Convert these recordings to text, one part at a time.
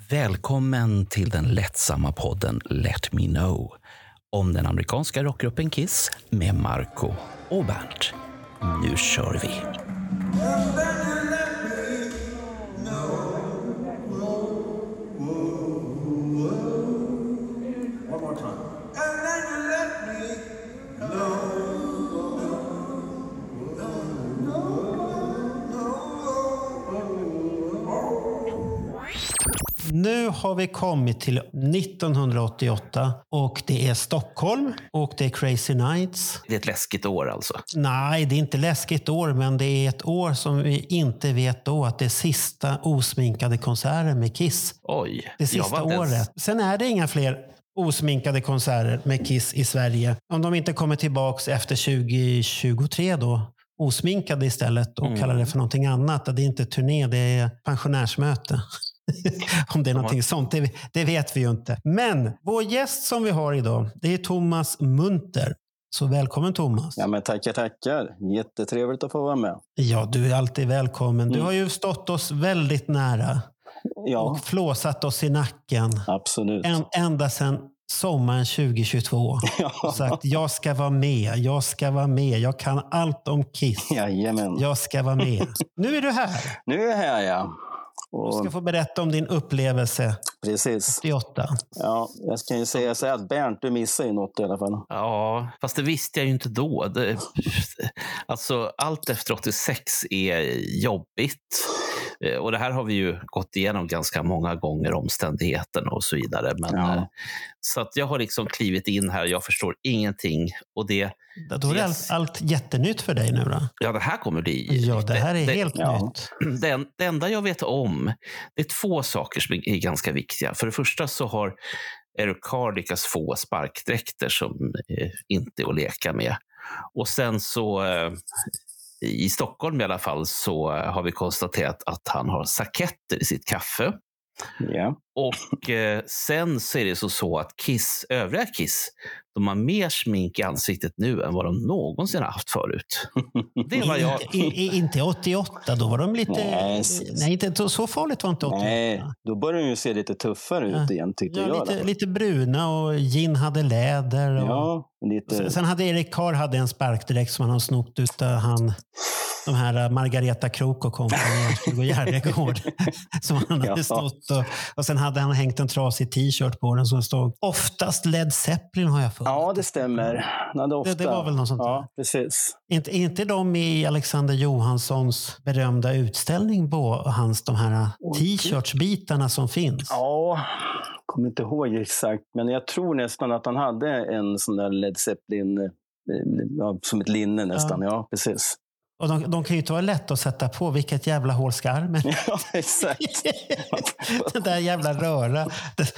Välkommen till den lättsamma podden Let Me Know om den amerikanska rockgruppen Kiss med Marco och Bernt. Nu kör vi! Nu har vi kommit till 1988 och det är Stockholm och det är Crazy Nights. Det är ett läskigt år alltså. Nej, det är inte läskigt år, men det är ett år som vi inte vet då att det är sista osminkade konserten med Kiss. Oj. Det sista året. Sen är det inga fler osminkade konserter med Kiss i Sverige. Om de inte kommer tillbaks efter 2023 då. Osminkade istället och kallar det för någonting annat. Det är inte turné, det är pensionärsmöte. Om det är någonting sånt, det vet vi ju inte. Men vår gäst som vi har idag, det är Thomas Munther. Så välkommen Thomas. Ja, men tackar. Jättetrevligt att få vara med. Ja, du är alltid välkommen. Du har ju stått oss väldigt nära. Ja. Och flåsat oss i nacken. Absolut. Ända sedan sommaren 2022. Ja. Och sagt, jag ska vara med. Jag kan allt om Kiss. Jajamän. Jag ska vara med. Nu är du här. Nu är jag här, ja. Du ska få berätta om din upplevelse. Precis. 88. Ja, jag ska ju säga så att Bernt, du missar ju något i alla fall. Ja, fast det visste jag ju inte då. Alltså, allt efter 86 är jobbigt. Och det här har vi ju gått igenom ganska många gånger, omständigheten och så vidare. Men, så att jag har liksom klivit in här, jag förstår ingenting. Och då är allt jättenytt för dig nu då? Ja, det här kommer bli... Ja, det här är helt nytt. Det enda jag vet om, det är två saker som är ganska viktiga. För det första så har Eric Carr lyckats få sparkdräkter som inte är att leka med. Och sen så... I Stockholm i alla fall så har vi konstaterat att han har saketter i sitt kaffe. Ja. Och sen så är det så att övriga Kiss, de har mer smink i ansiktet nu än vad de någonsin har haft förut. Det var jag. Inte 88, då var de lite... Nej, inte så farligt var inte 88. Nej, då börjar de ju se lite tuffare ut igen, tyckte jag. Lite bruna och Gin hade läder. Och... Ja, lite... Sen hade Eric Carr en sparkdräkt som han har snott ut de här Margareta Krok och kompani och Gärdegård som han hade snott. Och sen hade han hängt en trasig t-shirt på den som stod oftast Led Zeppelin har jag fått. Ja, det stämmer. Det var väl något sånt där. Ja, precis. Inte de i Alexander Johanssons berömda utställning på de här t-shirtsbitarna som finns? Ja, kommer inte ihåg exakt. Men jag tror nästan att han hade en sån där Led Zeppelin som ett linne nästan. Ja, precis. Och de kan ju inte vara lätt att sätta på. Vilket jävla hål ska armen? Ja, exakt. Den där jävla röra.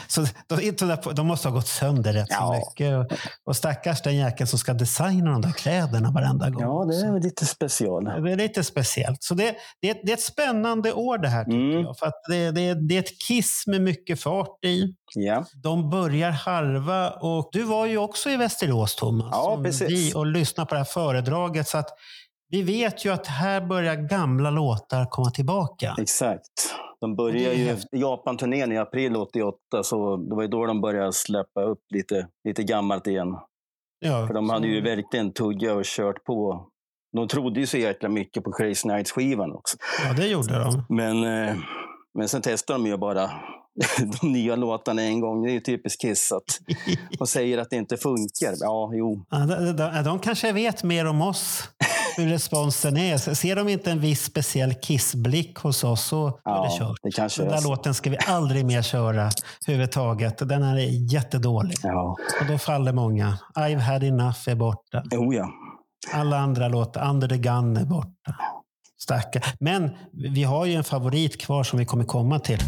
De måste ha gått sönder rätt så mycket. Och stackars den jäkeln som ska designa de där kläderna varenda gång. Ja, det är lite special. Det är lite speciellt. Så det är ett spännande år det här tycker jag. För att det är ett Kiss med mycket fart i. Ja. De börjar harva. Och du var ju också i Västerås, Thomas. Ja, precis. Och lyssnade på det här föredraget. Så att vi vet ju att här börjar gamla låtar komma tillbaka. Exakt. De börjar ju Japan-turnén i april 88, så det var ju då de började släppa upp lite gammalt igen. Ja, för de hade ju verkligen tuggat och kört på. De trodde ju så jäkla mycket på Crazy Nights-skivan också. Ja, det gjorde de. Men sen testade de ju bara de nya låtarna en gång. Det är ju typiskt Kiss att de säger att det inte funkar. Ja, jo. Ja, de kanske vet mer om oss. Hur responsen är. Ser de inte en viss speciell kissblick hos oss så är det kört. Det kanske den där låten ska vi aldrig mer köra överhuvudtaget. Den här är jättedålig. Ja. Och då faller många. I've had enough är borta. Oh ja. Alla andra låtar. Under the gun är borta. Stackar. Men vi har ju en favorit kvar som vi kommer komma till.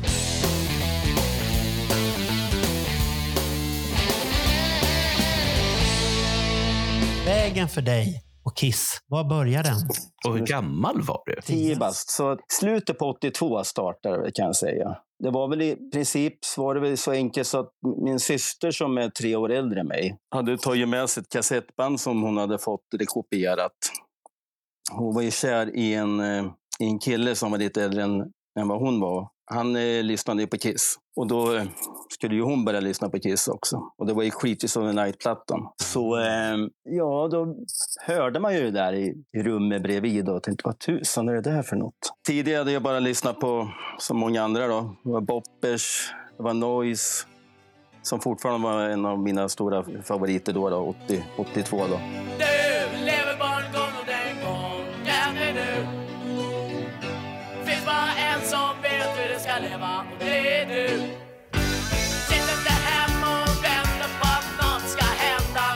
Vägen för dig. Och Kiss, var börjar den? Och hur gammal var du? 10 bast. Så slutet på 82 startade, kan jag säga. Det var väl i princip var det väl så enkelt så att min syster som är 3 år äldre än mig hade tagit med sig ett kassettband som hon hade fått rekopierat. Hon var ju kär i en kille som var lite äldre än vad hon var. Han lyssnade ju på Kiss. Och då skulle ju hon börja lyssna på Kiss också. Och det var ju Creatures of the Night-plattan. Så ja, då hörde man ju det där i rummet bredvid och tänkte, vad tusan är det där för något? Tidigare hade jag bara lyssnat på, som många andra då. Det var Boppers, det var Noise, som fortfarande var en av mina stora favoriter då 82 då. Du lever bara en gång och den gången är nu. Finns bara en som vet hur det ska leva och det är du. Sitt inte hemma och vänta på att något ska hända.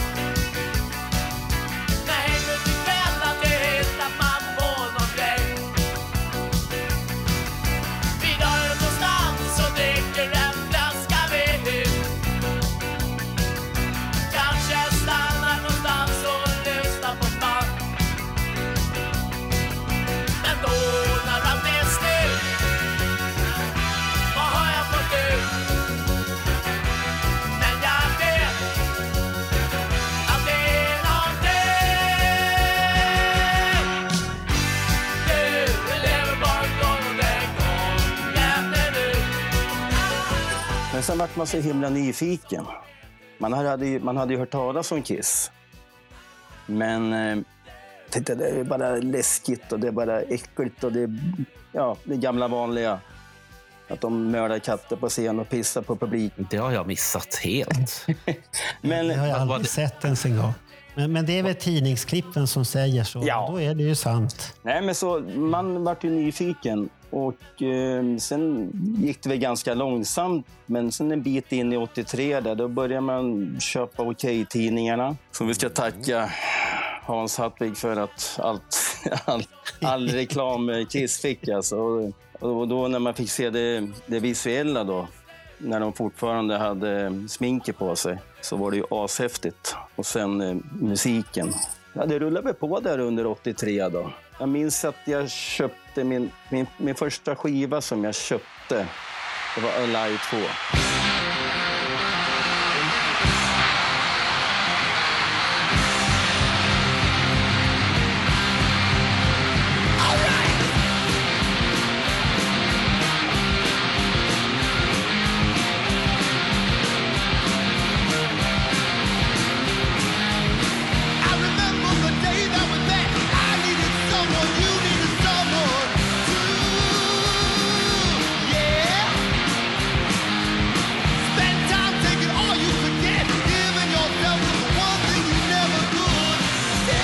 När hänger till kväll att det hittar man på någon grej. Vi drar ut någonstans och dricker en flaska vin. Kanske stannar någonstans och lyssnar på band. Men då när allt är slut, vad har jag fått ut? Men jag vet att det är någonting. Du lever bara en gång och den gången är nu. Men sen vart man så himla nyfiken. Man hade ju hört talas om Kiss. Men titta, det är bara läskigt och det är bara äckligt och det är det gamla vanliga. Att de mördar katter på scen och pissar på publiken. Det har jag missat helt. Men Det har jag aldrig sett ens en gång. Men det är väl tidningsklippen som säger så. Ja. Då är det ju sant. nej, men så man vart ju nyfiken och sen gick det väl ganska långsamt, men sen en bit in i 83 där, då började man köpa Okej-tidningarna. Så vi ska tacka Hans Hartvig för att all reklam Kiss fick alltså. Och då när man fick se det visuella då, när de fortfarande hade sminket på sig, så var det ju ashäftigt. Och sen musiken. Ja, det rullade på där under 83 då. Jag minns att jag köpte min första skiva som jag köpte. Det var Alive 2. I remember the day that was that I needed someone, you needed someone too. Yeah. Spend time taking all you could get, giving yourself to the one thing you never could do.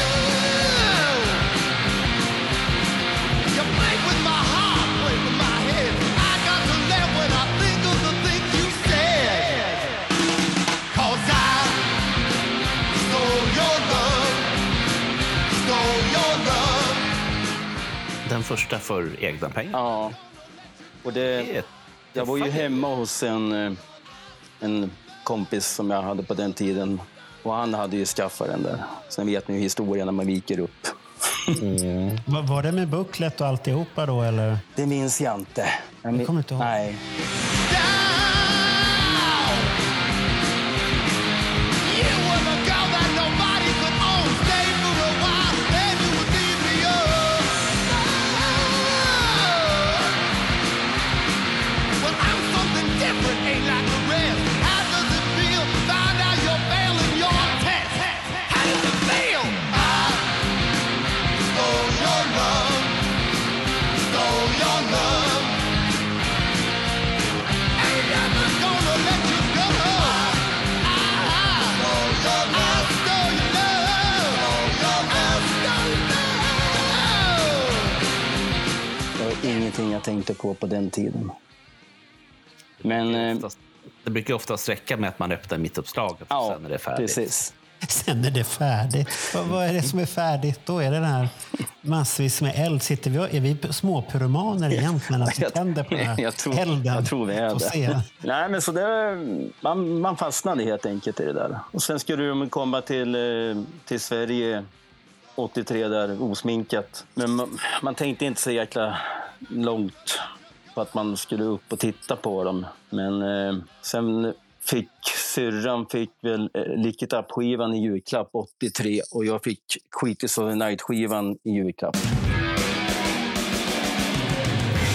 You play with my heart, play with my head. I got to laugh when I think of the things you said. 'Cause I stole your love, stole your love. Den första för egna pengar. Ja. Och jag var ju hemma hos en kompis som jag hade på den tiden. Och han hade ju skaffat den där. Sen vet ni ju historien när man viker upp. Var det med bucklet och alltihopa då, eller? Det minns jag inte. Jag kommer inte ihåg. Nej. Down. You were the girl that nobody could own. Stay for a while, then you would leave me well, I'm something different, ain't like the rest. How does it feel? Find out you're failing your test. How does it feel? I stole your love, stole your love. Ain't never gonna let you go. I stole your love, stole your love, stole your love. Det var ingenting jag tänkte på den tiden. Men Det brukar ju ofta räcka med att man öppnar mittuppslaget och ja, sen är det färdigt. precis. Sen är det färdigt. Vad är det som är färdigt? Då är det den här massvis med eld. Är vi småpyromaner egentligen? Att vi tänder på den här elden? Jag tror vi är Får det. se. Nej, men så man fastnade helt enkelt i det där. Och sen skulle de komma till Sverige 83 där, osminkat. Men man tänkte inte så jäkla långt på att man skulle upp och titta på dem. Men sen fick syrran väl Lick It Up-skivan i julklapp 83 och jag fick Creatures of the Night-skivan i julklapp.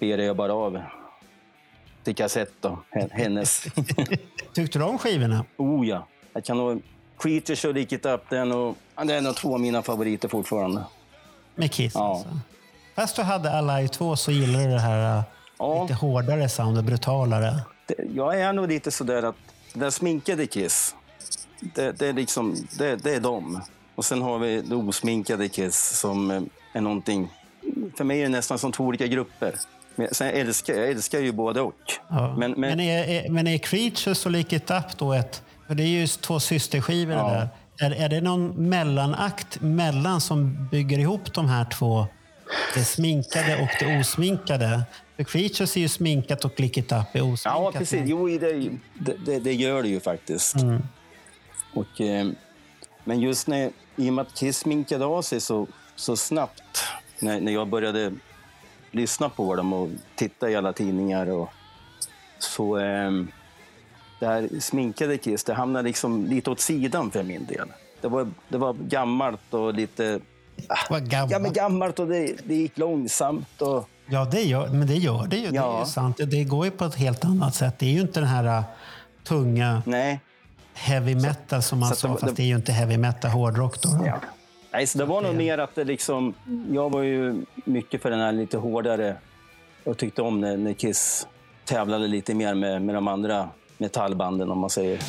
kopierade jag bara av till kassett då, hennes. Tyckte du om skivorna? Oh ja, jag kan nog... Creatures och Lick It Up, det är nog 2 av mina favoriter fortfarande. Med Kiss Ja. alltså. Fast du hade Alive 2 så gillar du det här lite hårdare soundet, brutalare. Jag är nog lite sådär att den sminkade Kiss, det är liksom, det är dem. Och sen har vi det osminkade Kiss som är någonting, för mig är det nästan som 2 olika grupper. Men sen jag älskar ju både och. Ja. Men är Creatures och Lick It Up då för det är ju 2 systerskivor det där. Är det någon mellanakt mellan som bygger ihop de här 2? Det sminkade och det osminkade. För Creatures är ju sminkat och Lick It Up är osminkat. Ja, precis. Jo, det gör det ju faktiskt. Och, men just i och med att Kiss sminkade av sig så snabbt när jag började lyssna på dem och titta i alla tidningar och så där sminkade Kiss, det hamnade liksom lite åt sidan för min del. Det var gammalt och lite... gammalt och det gick långsamt. Och... Ja, det gör det ju. Ja. Det är ju sant. Det går ju på ett helt annat sätt. Det är ju inte den här tunga heavy metal som man sa, fast det är ju inte heavy metal, hårdrock då. Ja. Nej, så det var nog mer att det liksom... Jag var ju mycket för den här lite hårdare och tyckte om när Kiss tävlade lite mer med de andra metallbanden, om man säger.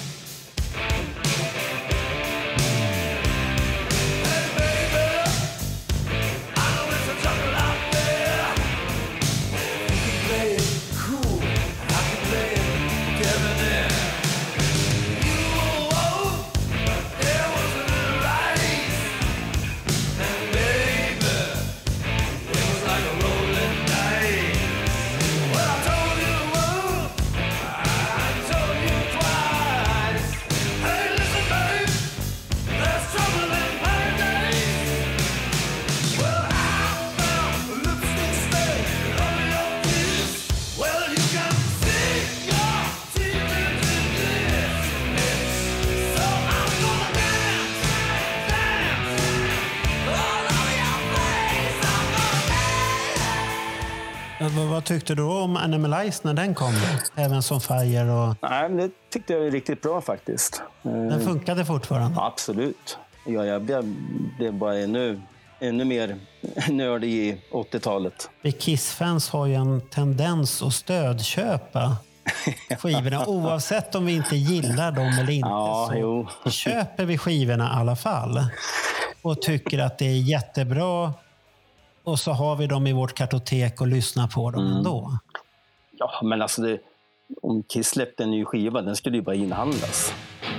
Vad tyckte du om Animalize när den kom? Även som Fire och... Nej, men det tyckte jag är riktigt bra faktiskt. Den funkade fortfarande? Absolut. Ja, jag blev bara ännu mer nördig i 80-talet. Vi Kiss-fans har ju en tendens att stödköpa skivorna. Oavsett om vi inte gillar dem eller inte så köper vi skivorna i alla fall. Och tycker att det är jättebra. Och så har vi dem i vårt kartotek och lyssnar på dem ändå. Ja, men alltså om Kiss släppte en ny skiva, den skulle ju bara inhandlas.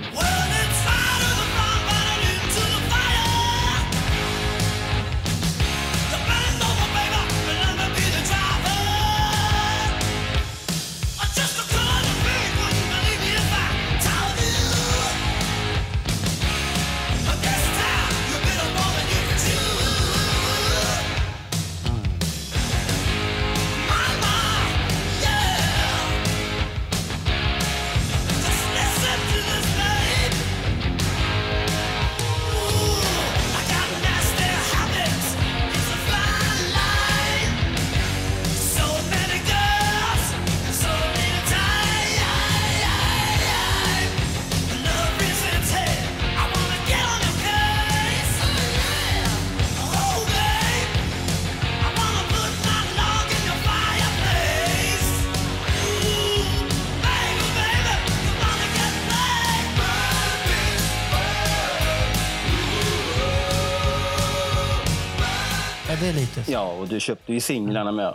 Det är lite. Ja, och du köpte ju singlarna med.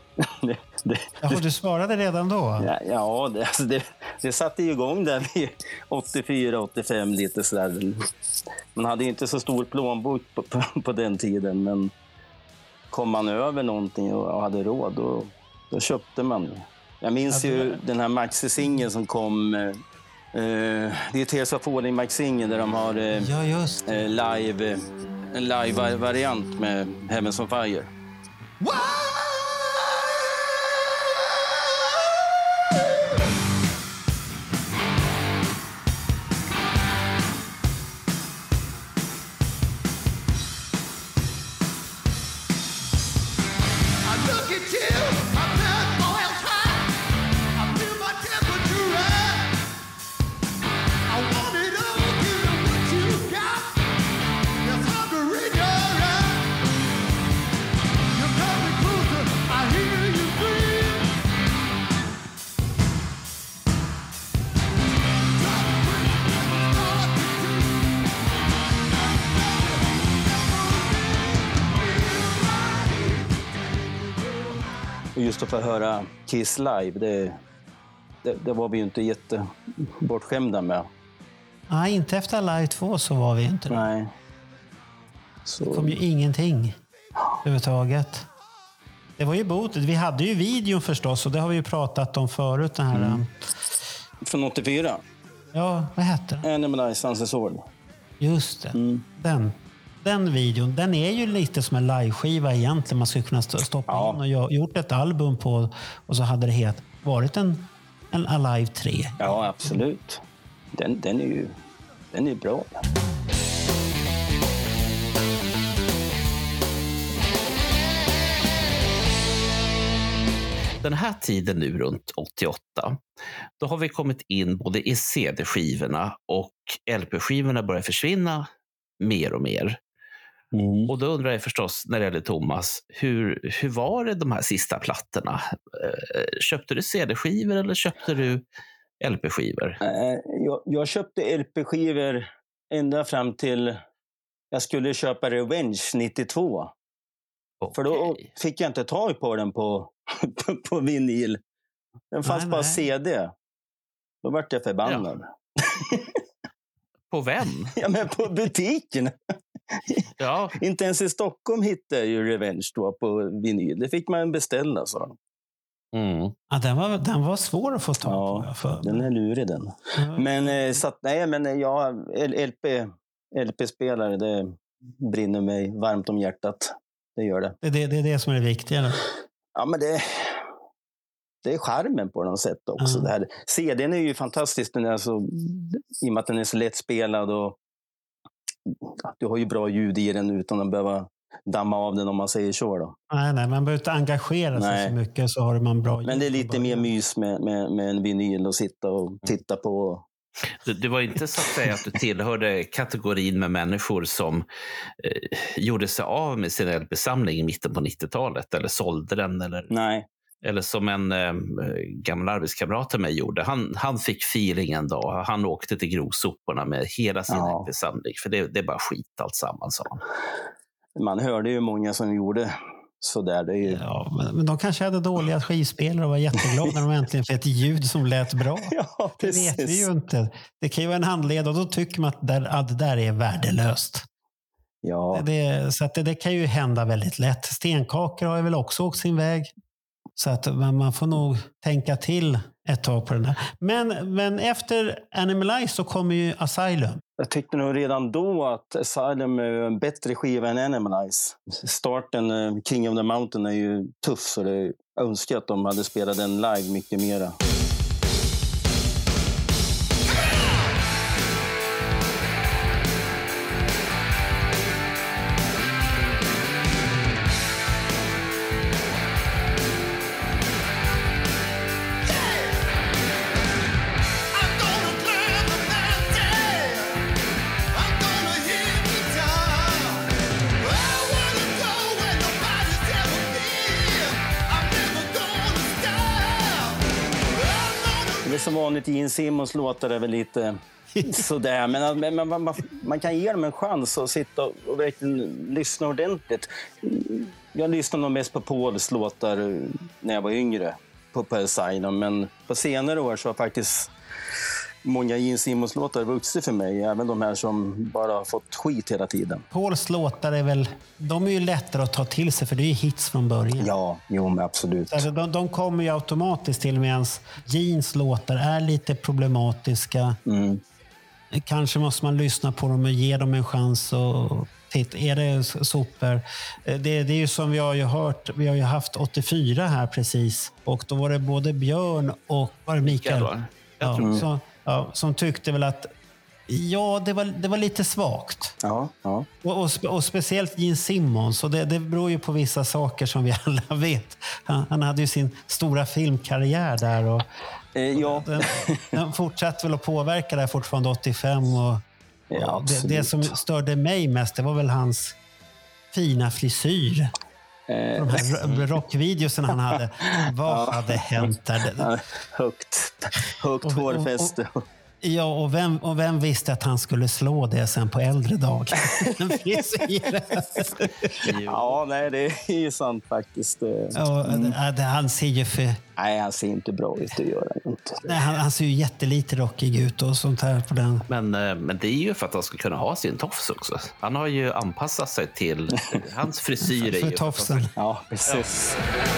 Du svarade redan då? Ja, det satte igång där vid 84-85 lite sådär. Man hade ju inte så stor plånbok på den tiden, men kom man över någonting och hade råd, då köpte man. Jag minns ju den här Maxi-singeln som kom. Det är Tears of Falling Maxi-singeln där de har en live-variant med Heavens on Fire. I look at you, I'm just att få höra Kiss live, det var vi ju inte jättebortskämda med. Nej, inte efter Live 2 så var vi inte det. Nej. Det kom ju ingenting överhuvudtaget. Det var ju botet. Vi hade ju videon förstås och det har vi ju pratat om förut. Den här, Från 84? Ja, vad hette den? Animal Eyes Sunset Sword. Just det. Den videon, den är ju lite som en liveskiva egentligen. Man skulle kunna stoppa in och gjort ett album på och så hade det varit en Alive 3. Ja, absolut. Den är ju bra. Den här tiden nu runt 88, då har vi kommit in både i CD-skivorna och LP-skivorna börjar försvinna mer och mer. Och då undrar jag förstås, när det gäller Thomas, hur var det de här sista plattorna? Köpte du CD-skivor eller köpte du LP-skivor? Jag köpte LP-skivor ända fram till jag skulle köpa Revenge 92. Okay. För då fick jag inte tag på den på vinyl. Den fanns bara CD. Då var jag förbannad. Ja. På vem? Ja, men på butiken. Ja. Inte ens i Stockholm hittade ju Revenge då på vinyl. Det fick man beställa, så. Ja, den var svår att få tag på. Ja, den är lurig den. Men så att, nej, men jag LP-spelare, det brinner mig varmt om hjärtat. Det gör det. Det är det som är det viktiga. Ja, men det är charmen på något sätt också. Det här. CD:n är ju fantastisk, den är så, i och med att den är så lättspelad och du har ju bra ljud i den utan att behöva damma av den, om man säger så då. Nej, man behöver inte engagera sig så mycket, så har man bra ljud. Men det är lite mer mys med en vinyl och sitta och titta på. Det var inte så att säga att du tillhörde kategorin med människor som gjorde sig av med sin LP-samling i mitten på 90-talet eller sålde den eller... Nej. Eller som en gammal arbetskamrat till mig gjorde. Han fick feelingen då. Han åkte till grovsoporna med hela sin LP-samling. För det är bara skit allt samman, sa han. Man hörde ju många som gjorde sådär. Det är ju... Ja, men de kanske hade dåliga skivspelare och var jätteglada när de äntligen fick ett ljud som lät bra. Ja, det vet vi ju inte. Det kan ju vara en handled och då tycker man att det där är värdelöst. Ja. Så att det kan ju hända väldigt lätt. Stenkakor har ju väl också åkt sin väg. Så att man får nog tänka till ett tag på den här. Men efter Animal Eyes så kommer ju Asylum. Jag tyckte nog redan då att Asylum är en bättre skiva än Animal Eyes. Starten, King of the Mountain, är ju tuff, så jag önskar att de hade spelat den live mycket mera. Det är som vanligt i Gene Simmons låtar, är väl lite sådär. Men man kan ge dem en chans att sitta och verkligen lyssna ordentligt. Jag lyssnade nog mest på Pauls låtar när jag var yngre på Asylum. Men på senare år så har faktiskt många Gene Simmons låtar vuxit för mig. Även de här som bara har fått skit hela tiden. Pauls låtar de är ju lättare att ta till sig, för det är ju hits från början. Ja, jo, men absolut. Alltså, de kommer ju automatiskt till, medan Genes låtar är lite problematiska. Kanske måste man lyssna på dem och ge dem en chans och titta, är det super? Det är ju som vi har ju hört, vi har ju haft 84 här precis, och då var det både Björn och var det Mikael? Som tyckte väl att det var lite svagt. Ja. Och speciellt Gene Simmons, och det beror ju på vissa saker som vi alla vet. Han hade ju sin stora filmkarriär där och den fortsatte väl att påverka där fortfarande 85 och det som störde mig mest, det var väl hans fina frisyr. De här rockvideosen han hade. Vad hade hänt där? Högt hårfäste. Ja, och vem visste att han skulle slå det sen på äldre dag? Ja, nej, det är ju sant faktiskt. Ja, han ser ju Nej, han ser inte bra ut, det gör han inte. Nej, han ser ju jättelite rockig ut och sånt här på den. Men det är ju för att han ska kunna ha sin tofs också. Han har ju anpassat sig till hans frisyr. För tofsen. Ja, precis.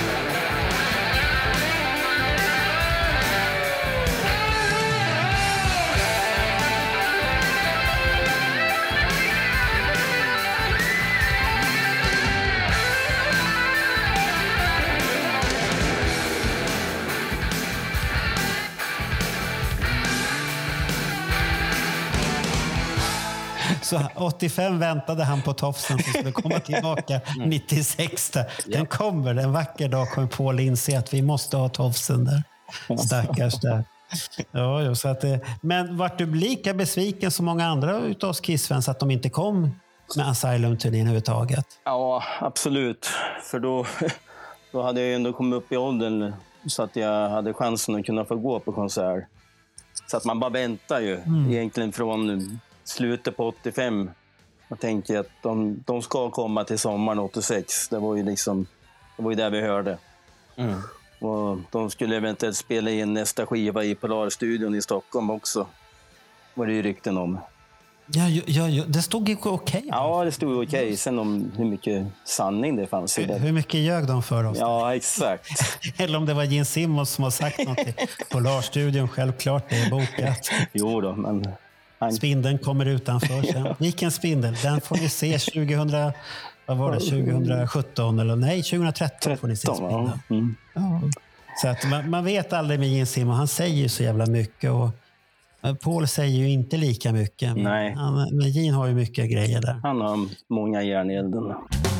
Så 85 väntade han på tofsen som skulle komma tillbaka 96. Den kommer, en vacker dag kommer Paul inse att vi måste ha tofsen där. Stackars där. Ja, så att, men vart du lika besviken som många andra utav oss Kiss-fans att de inte kom med Asylum-turnén överhuvudtaget? Ja, absolut. För då hade jag ändå kommit upp i åldern så att jag hade chansen att kunna få gå på konsert. Så att man bara väntar ju. Egentligen från slutet på 85. Jag tänker att de ska komma till sommaren 86. Det var ju där vi hörde. Och de skulle eventuellt spela in nästa skiva i Polarstudion i Stockholm också. Var det ju rykten om. Ja, det stod ju okej. Ja, det stod okej. Sen om hur mycket sanning det fanns i det. Hur mycket ljög de för oss? Ja, exakt. Eller om det var Gene Simmons som har sagt något i Polarstudion. Självklart, det är bokat. Jo då, men... Spindeln kommer utanför sen. Vilken spindel? Den får vi se 2017 eller nej, 2013 får ni se spindeln. Ja. Så att man vet aldrig med Gene Simmons. Han säger ju så jävla mycket och Paul säger ju inte lika mycket. Nej. Men Gene har ju mycket grejer där. Han har många järn i elden.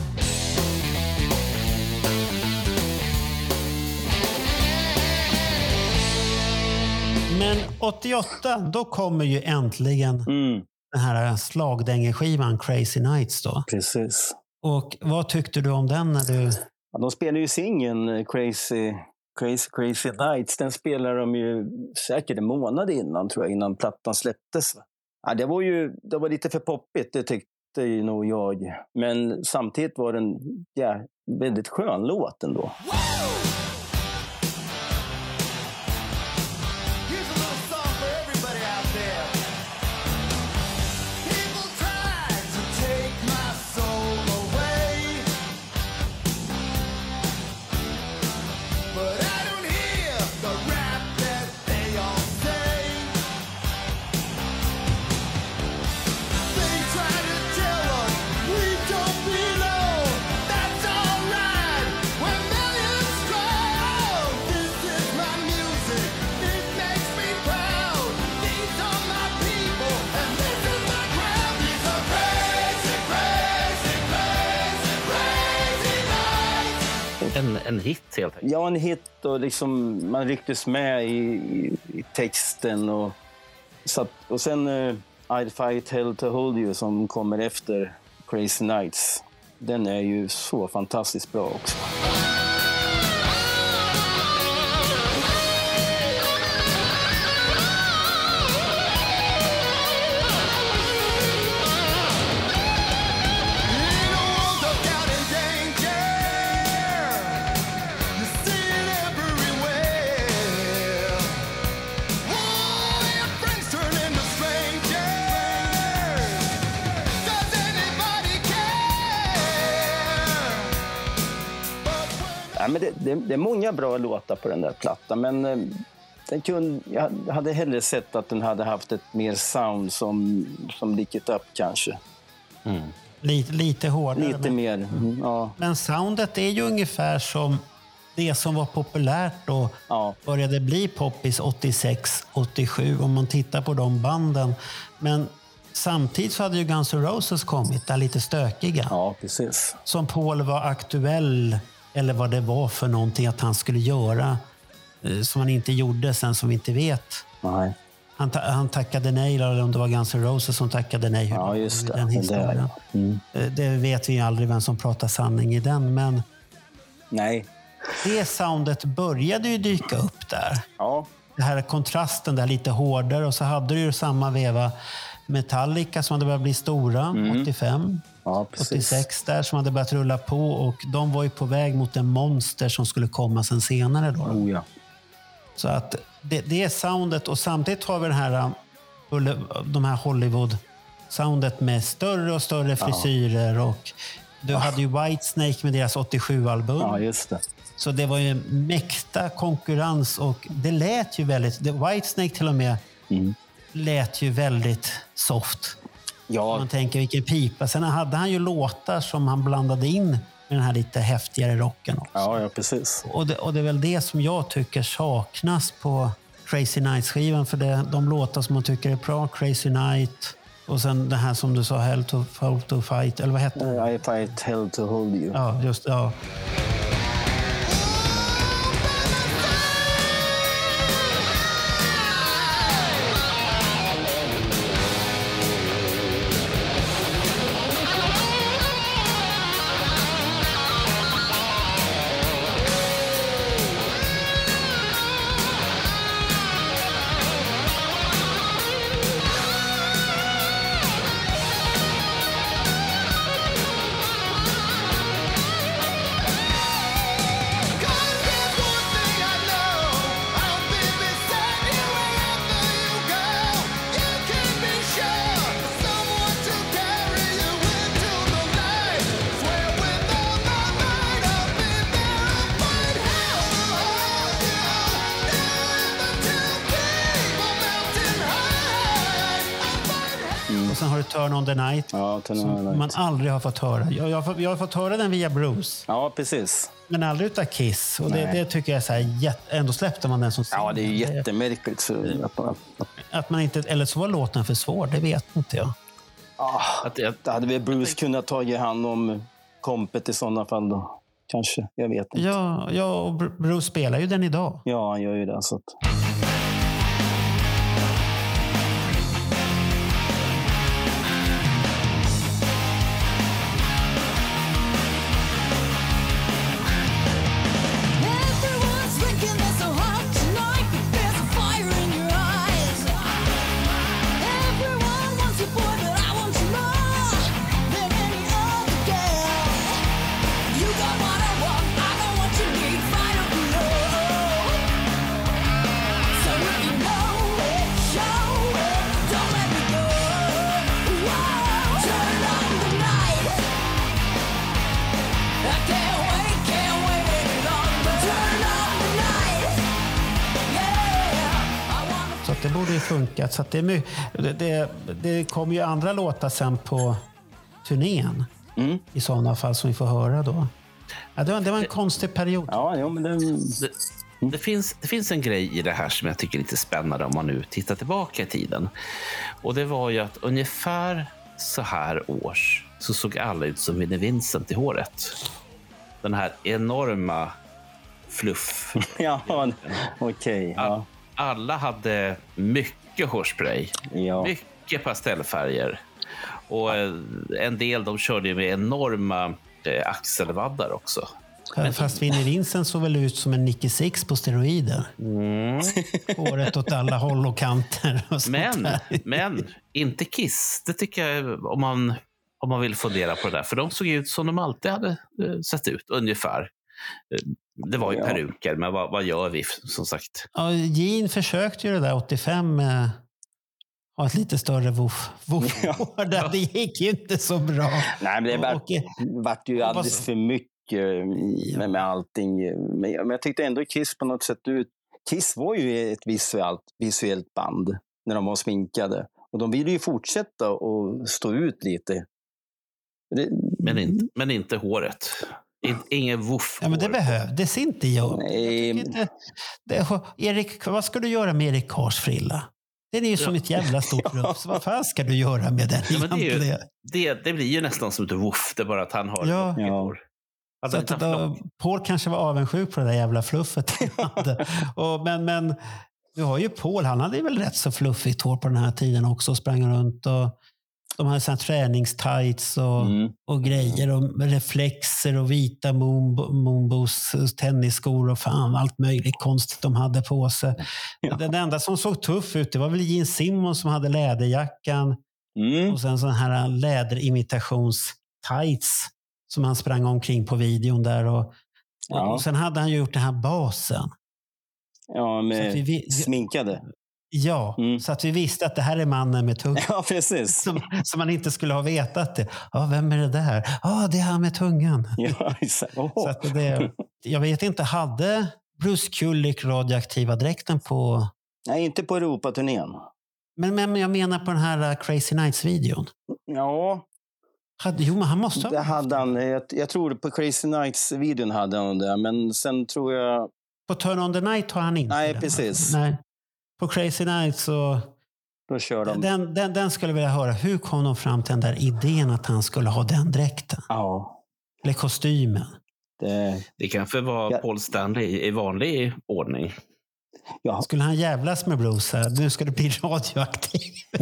Men 88, då kommer ju äntligen den här slagdängeskivan Crazy Nights då. Precis. Och vad tyckte du om den när du... Ja, de spelade ju singeln Crazy Nights. Den spelade de ju säkert en månad innan, tror jag, innan plattan släpptes. Ja, det var lite för poppigt, det tyckte ju nog jag. Men samtidigt var den väldigt skön låt ändå. En hit helt enkelt. Ja, en hit och liksom, man rycktes med i texten. Och sen I'd Fight Hell to Hold You som kommer efter Crazy Nights. Den är ju så fantastiskt bra också. Ja, men det är många bra låtar på den där plattan, men jag hade hellre sett att den hade haft ett mer sound som Lick It Up kanske. Lite hårdare. Lite mer, ja. Men soundet är ju ungefär som det som var populärt och började bli poppis 86-87 om man tittar på de banden. Men samtidigt så hade ju Guns N' Roses kommit, där lite stökiga. Ja, precis. Som Paul var aktuell, eller vad det var för någonting att han skulle göra som han inte gjorde sen, som vi inte vet. Nej. Han tackade nej, eller om det var Guns N' Roses som tackade nej. Ja, just det. Den historien. Det vet vi ju aldrig vem som pratar sanning i den, men nej. Det soundet började ju dyka upp där. Ja. det här kontrasten där lite hårdare. Och så hade du ju samma veva Metallica som hade börjat bli stora, 85. Ja, precis. 86 där som hade börjat rulla på. Och de var ju på väg mot en monster som skulle komma sen senare då. Oh, ja. Så att det är soundet. Och samtidigt har vi de här Hollywood-soundet med större och större frisyrer. Och du hade ju Whitesnake med deras 87-album. Ja, just det. Så det var ju mäkta konkurrens och det lät ju väldigt... Whitesnake till och med lät ju väldigt soft. Ja. Man tänker vilken pipa. Sen hade han ju låtar som han blandade in med den här lite häftigare rocken också. Ja, precis. Och det är väl det som jag tycker saknas på Crazy Nights-skivan. För de låtar som man tycker är bra, Crazy Night... Och sen det här som du sa, Hell to Fight, eller vad hette det? I fight hell to hold you. Ja, just ja. Och sen har du Turn on the Night. Ja, Turn on the som Night. man aldrig har fått höra. Jag har fått höra den via Bruce. Ja, precis. Men aldrig utav Kiss. Och det tycker jag är så här, ändå släppte man den som singel. Ja, det är ju jättemärkligt. Så att man inte, eller så var låten för svår, det vet inte jag. det hade väl Bruce kunnat ta hand om kompet i sådana fall då. Kanske, jag vet inte. Ja, och Bruce spelar ju den idag. Ja, han gör ju det. Så att... Det borde ju funkat. Så att det kommer ju andra låtar sen på turnén. I sådana fall som vi får höra då. Ja, det var en konstig period. Ja, men det finns en grej i det här som jag tycker är lite spännande om man nu tittar tillbaka i tiden. Och det var ju att ungefär så här års så såg alla ut som Vinnie Vincent i håret. Den här enorma fluff. Ja, okej. Ja. Alla hade mycket hårspray, mycket pastellfärger och en del de körde ju med enorma axelvaddar också. Fast Vinnie Vincent såg väl ut som en Nicky Six på steroider. Håret åt alla håll och kanter. Och men inte Kiss. Det tycker jag om man vill fundera på det där. För de såg ut som de alltid hade sett ut, ungefär. Det var ju peruker, men vad gör vi som sagt? Ja, Gene försökte ju det där 85 med ha ett lite större woof. Det gick ju inte så bra. Nej, men det vart ju alldeles för mycket med allting. Men jag tyckte ändå Kiss på något sätt ut. Kiss var ju ett visuellt band när de var sminkade. Och de ville ju fortsätta och stå ut lite. Men inte håret. Ingen woof. Ja, men det behövdes inte. Erik, vad ska du göra med Erik Kars frilla? Den är ju som ett jävla stort ruff. Vad fan ska du göra med den? Ja, men det blir ju nästan som ett woof. Det är bara att han har hår. Alltså, Paul kanske var avundsjuk på det där jävla fluffet han hade. Men du har ju Paul, han hade väl rätt så fluffigt hår på den här tiden också. Sprang runt och De hade såna träningstights och grejer och reflexer och vita Moonbos tennisskor och fan allt möjligt konstigt de hade på sig. Ja. Den enda som såg tuff ut, det var väl Gene Simmons som hade läderjackan och sen sån här läderimitations-tights som han sprang omkring på videon där. Och sen hade han ju gjort den här basen. Ja, med sminkade. Ja, så att vi visste att det här är mannen med tungan. Ja, precis. Som man inte skulle ha vetat det. Ja, vem är det där? Ja, det är han med tungan. Ja, exakt. Så att jag vet inte, hade Bruce Kulick radioaktiva dräkten på... Nej, inte på Europaturnén. Men jag menar på den här Crazy Nights-videon. Ja. Jo, men han måste ha... Det hade han. Jag tror på Crazy Nights-videon hade han det. Men sen tror jag... På Turn on the Night har han inte. Nej, precis. Nej. På Crazy Nights så... Då kör de. Den skulle jag vilja höra. Hur kom de fram till den där idén att han skulle ha den dräkten? Ja. Eller kostymen? Det kanske var Paul Stanley i vanlig ordning. Ja. Skulle han jävlas med Bruce här? Nu ska det bli radioaktiv.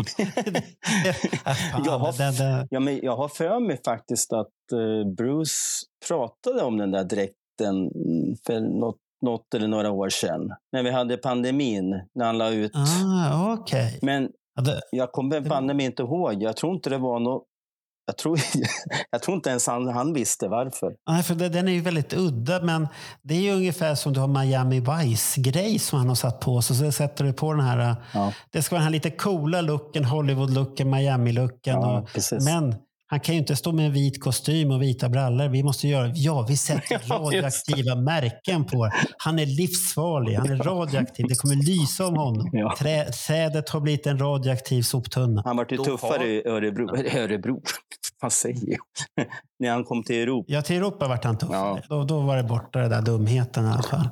Jag har för mig faktiskt att Bruce pratade om den där dräkten för något eller några år sedan. När vi hade pandemin, när han la ut. Okay. Men jag kommer banne mig inte ihåg. Jag tror inte det var något. Jag tror inte ens han visste varför. Nej, för den är ju väldigt udda, men det är ju ungefär som du har Miami Vice-grej som han har satt på sig. Så sätter du på den här, det ska vara den här lite coola looken, Hollywood-looken, Miami-looken. Ja, men han kan ju inte stå med en vit kostym och vita brallor. Vi måste göra, vi sätter radioaktiva märken på det. Han är livsfarlig, han är radioaktiv. Det kommer lysa om honom. Ja. Trädet har blivit en radioaktiv soptunna. Han var ju tuffare i Örebro. Vad säger jag? När han kom till Europa. Ja, till Europa var han tuffare. Ja. Då var det borta det där dumheten i alla fall.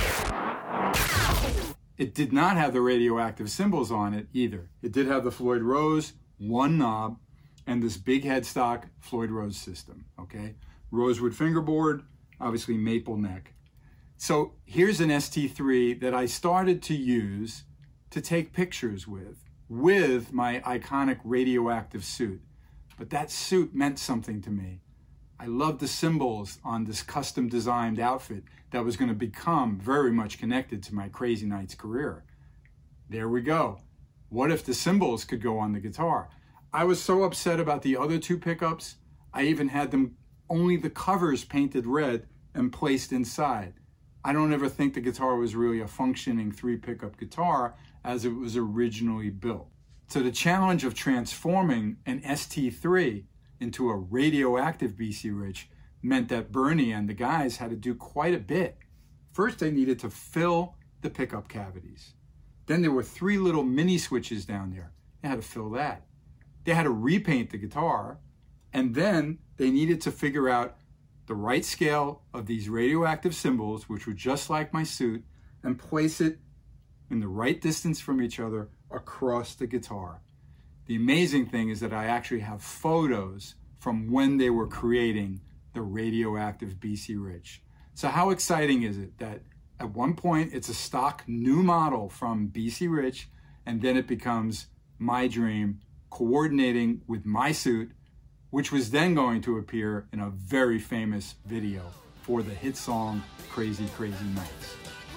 It did not have the radioactive symbols on it either. It did have the Floyd Rose, one knob, and this big headstock Floyd Rose system, okay? Rosewood fingerboard, obviously maple neck. So here's an ST3 that I started to use to take pictures with my iconic radioactive suit. But that suit meant something to me. I loved the symbols on this custom designed outfit that was going to become very much connected to my Crazy Nights career. There we go. What if the symbols could go on the guitar? I was so upset about the other two pickups, I even had them only the covers painted red and placed inside. I don't ever think the guitar was really a functioning 3-pickup guitar as it was originally built. So the challenge of transforming an ST3 into a radioactive BC Rich meant that Bernie and the guys had to do quite a bit. First, they needed to fill the pickup cavities. Then there were 3 little mini switches down there. They had to fill that. They had to repaint the guitar, and then they needed to figure out the right scale of these radioactive symbols, which were just like my suit, and place it in the right distance from each other across the guitar. The amazing thing is that I actually have photos from when they were creating the radioactive BC Rich. So how exciting is it that at one point it's a stock new model from BC Rich, and then it becomes my dream coordinating with my suit, which was then going to appear in a very famous video for the hit song Crazy Crazy Nights.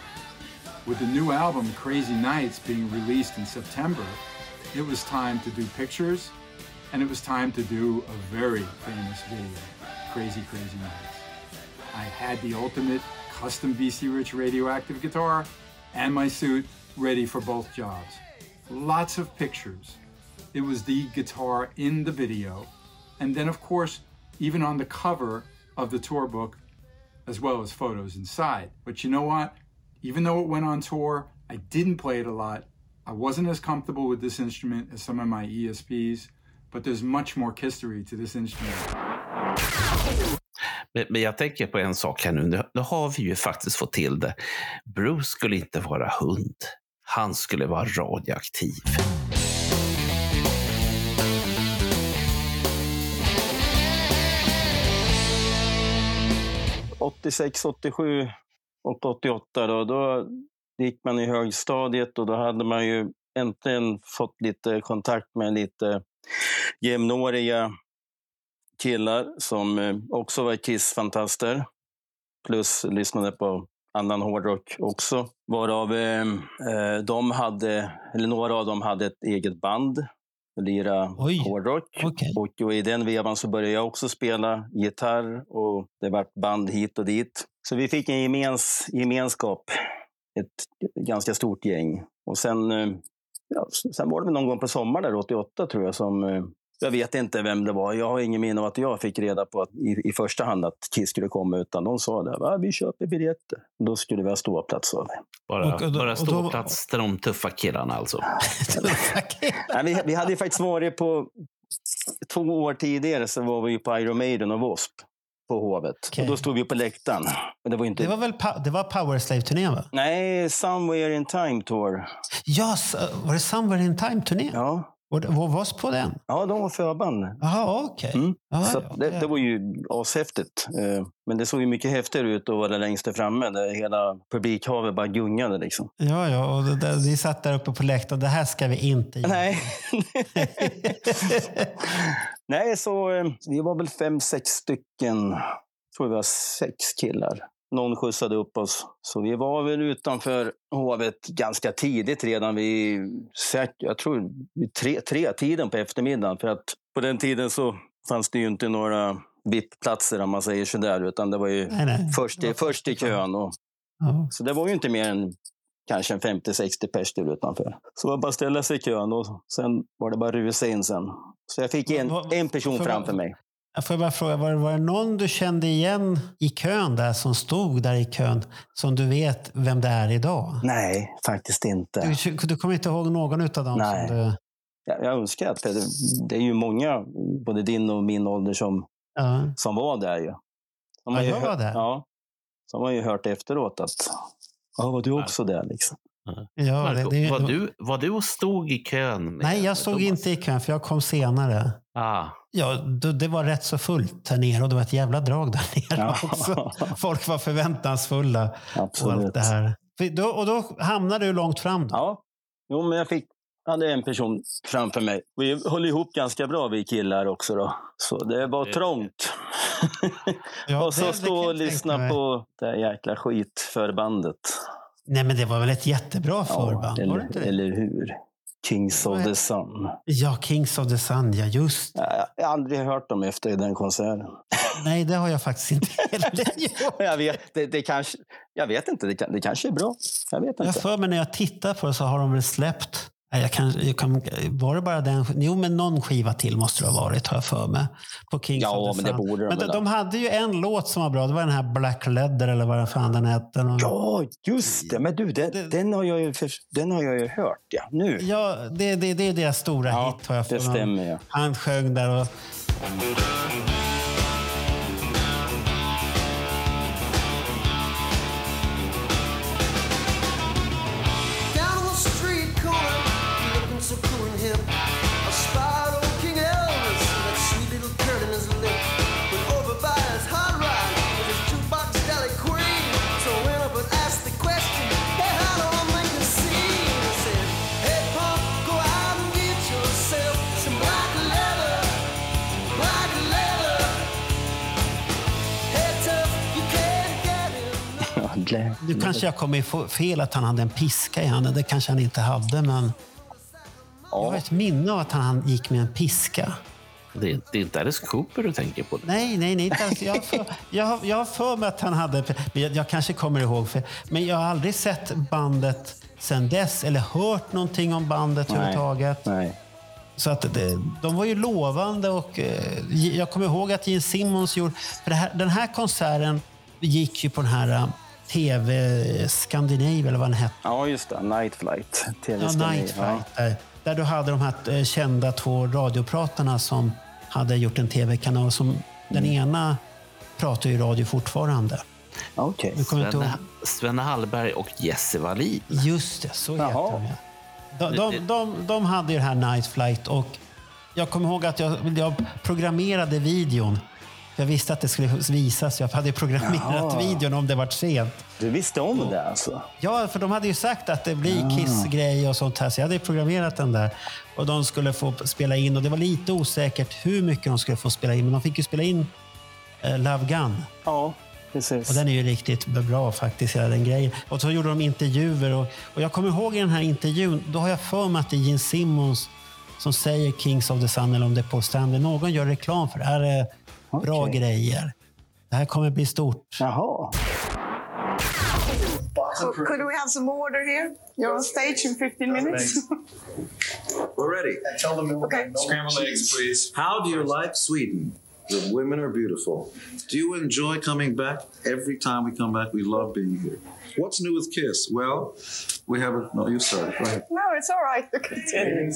With the new album Crazy Nights being released in September, it was time to do pictures, and it was time to do a very famous video, Crazy Crazy Nights. I had the ultimate custom BC Rich radioactive guitar and my suit ready for both jobs. Lots of pictures. It was the guitar in the video, and then of course, even on the cover of the tour book, as well as photos inside. But you know what? Even though it went on tour, I didn't play it a lot. I wasn't as comfortable with this instrument as some of my ESPs, but there's much more history to this instrument. Men jag tänker på en sak här nu. Nu har vi ju faktiskt fått till det. Bruce skulle inte vara hund. Han skulle vara radioaktiv. 86, 87 och 88 då gick man i högstadiet och då hade man ju äntligen fått lite kontakt med lite jämnåriga killar som också var Kiss-fantaster. Plus lyssnade på annan hårdrock också. Varav några av dem hade ett eget band. Lira hårdrock. Okay. Och i den vevan så började jag också spela gitarr. Och det var band hit och dit. Så vi fick en gemenskap. Ett ganska stort gäng. Och sen var det någon gång på sommar där 88 tror jag som... Jag vet inte vem det var. Jag har ingen minne av att jag fick reda på att i första hand att Kiss skulle komma, utan de sa det. Vi köper biljetter. Då skulle vi ha ståplats av det. Bara ståplats till de tuffa killarna alltså. Nej, vi hade ju faktiskt varit på 2 år tidigare så var vi ju på Iron Maiden och W.A.S.P. på Hovet. Okay. Och då stod vi på läktaren. Men det var inte... Det var Powerslave-turnén va? Nej, Somewhere in Time Tour. Ja, var det Somewhere in Time-turnén? Ja. Vad var på den? Ja, de var förband. Jaha, okej. Okay. Så det var ju ashäftigt. Men det såg ju mycket häftigare ut att vara längst framme. Där hela publikhavet bara gungade liksom. Ja, och vi satt där uppe på läktaren. Det här ska vi inte göra. Nej. Nej, så vi var väl 5-6 stycken. Jag tror vi var 6 killar. Någon skjutsade upp oss. Så vi var väl utanför hovet ganska tidigt redan jag tror tre tiden på eftermiddagen. För att på den tiden så fanns det ju inte några VIP-platser om man säger så där. Utan det var ju först i kön. Så det var ju inte mer än kanske 50-60 pers där utanför. Så var bara ställa sig i kön och sen var det bara rusa in sen. Så jag fick en person framför mig. Jag får bara fråga, var det någon du kände igen i kön där som stod där i kön som du vet vem det är idag? Nej, faktiskt inte. Du kommer inte ihåg någon utav dem? Nej. Som du... Jag önskar att det är ju många, både din och min ålder som var där ju. Jag var där? Ja, som har ju hört efteråt att var du också där liksom. Ja, Marco, var du och stod i kön? Nej, jag stod inte i kön för jag kom senare. Ja, det var rätt så fullt här nere och det var ett jävla drag där nere också. Folk var förväntansfulla. Absolut. Och allt det här. Och då hamnade du långt fram då? Ja, men jag hade en person framför mig. Vi höll ihop ganska bra vi killar också då. Så det var trångt. Och så stå och lyssna på det jäkla skitförbandet. Nej, men det var väl ett jättebra förband? Eller hur? Kings of the Sun. Ja, Kings of the Sun, ja just. Jag har aldrig hört dem efter den konserten. Nej, det har jag faktiskt inte heller. Jag vet inte, det kanske är bra. Jag vet inte. Jag för mig när jag tittar på det så har de väl släppt. Var det bara den? Jo, men någon skiva till måste det ha varit, har jag för mig. På Kings of the Sun. Men det borde de. De hade ju en låt som var bra. Det var den här Black Leather eller vad fan den hette. Ja, just det. Men du, den har jag ju hört. Ja, nu. Ja, det är deras stora hit, har jag för mig. Det stämmer, ja. Han sjöng där och... Nu kanske jag kommer få fel att han hade en piska i handen. Det kanske han inte hade, men jag har ett minne av att han gick med en piska. Det är inte Alice Cooper du tänker på? Nej, inte alls. Jag har för mig att han hade... Jag kanske kommer ihåg, men jag har aldrig sett bandet sedan dess eller hört någonting om bandet överhuvudtaget. Nej. Så att de var ju lovande och jag kommer ihåg att Gene Simmons gjorde... För den här konserten gick ju på den här... TV Scandinavia eller vad den hette. Ja, just det. Night Flight. TV Night Flight. Där du hade de här kända 2 radiopratarna som hade gjort en TV-kanal som den ena pratar ju radio fortfarande. Okej. Sven Hallberg och Jesse Wallin. Just det, så heter de hade ju det här Night Flight och jag kommer ihåg att jag programmerade videon Jag visste att det skulle visas. Jag hade programmerat videon om det var sent. Du visste om det alltså? Ja, för de hade ju sagt att det blir Kiss-grej och sånt här. Så jag hade programmerat den där. Och de skulle få spela in. Och det var lite osäkert hur mycket de skulle få spela in. Men de fick ju spela in Love Gun. Ja, precis. Och den är ju riktigt bra faktiskt, hela den grejen. Och så gjorde de intervjuer. Och jag kommer ihåg i den här intervjun, då har jag för mig att det är Gene Simmons som säger Kings of the Sun, eller om det är Paul Stanley. Någon gör reklam för det här är bra grejer. Det här kommer bli stort. Jaha. Could we have some order here? You're on stage in 15 minutes. We're ready. Tell them Okay. scrambled eggs, please. How do you like Sweden? The women are beautiful. Do you enjoy coming back? Every time we come back, we love being here. What's new with Kiss? Well, we have a... No, you start. Go ahead. No, it's all right. You continue.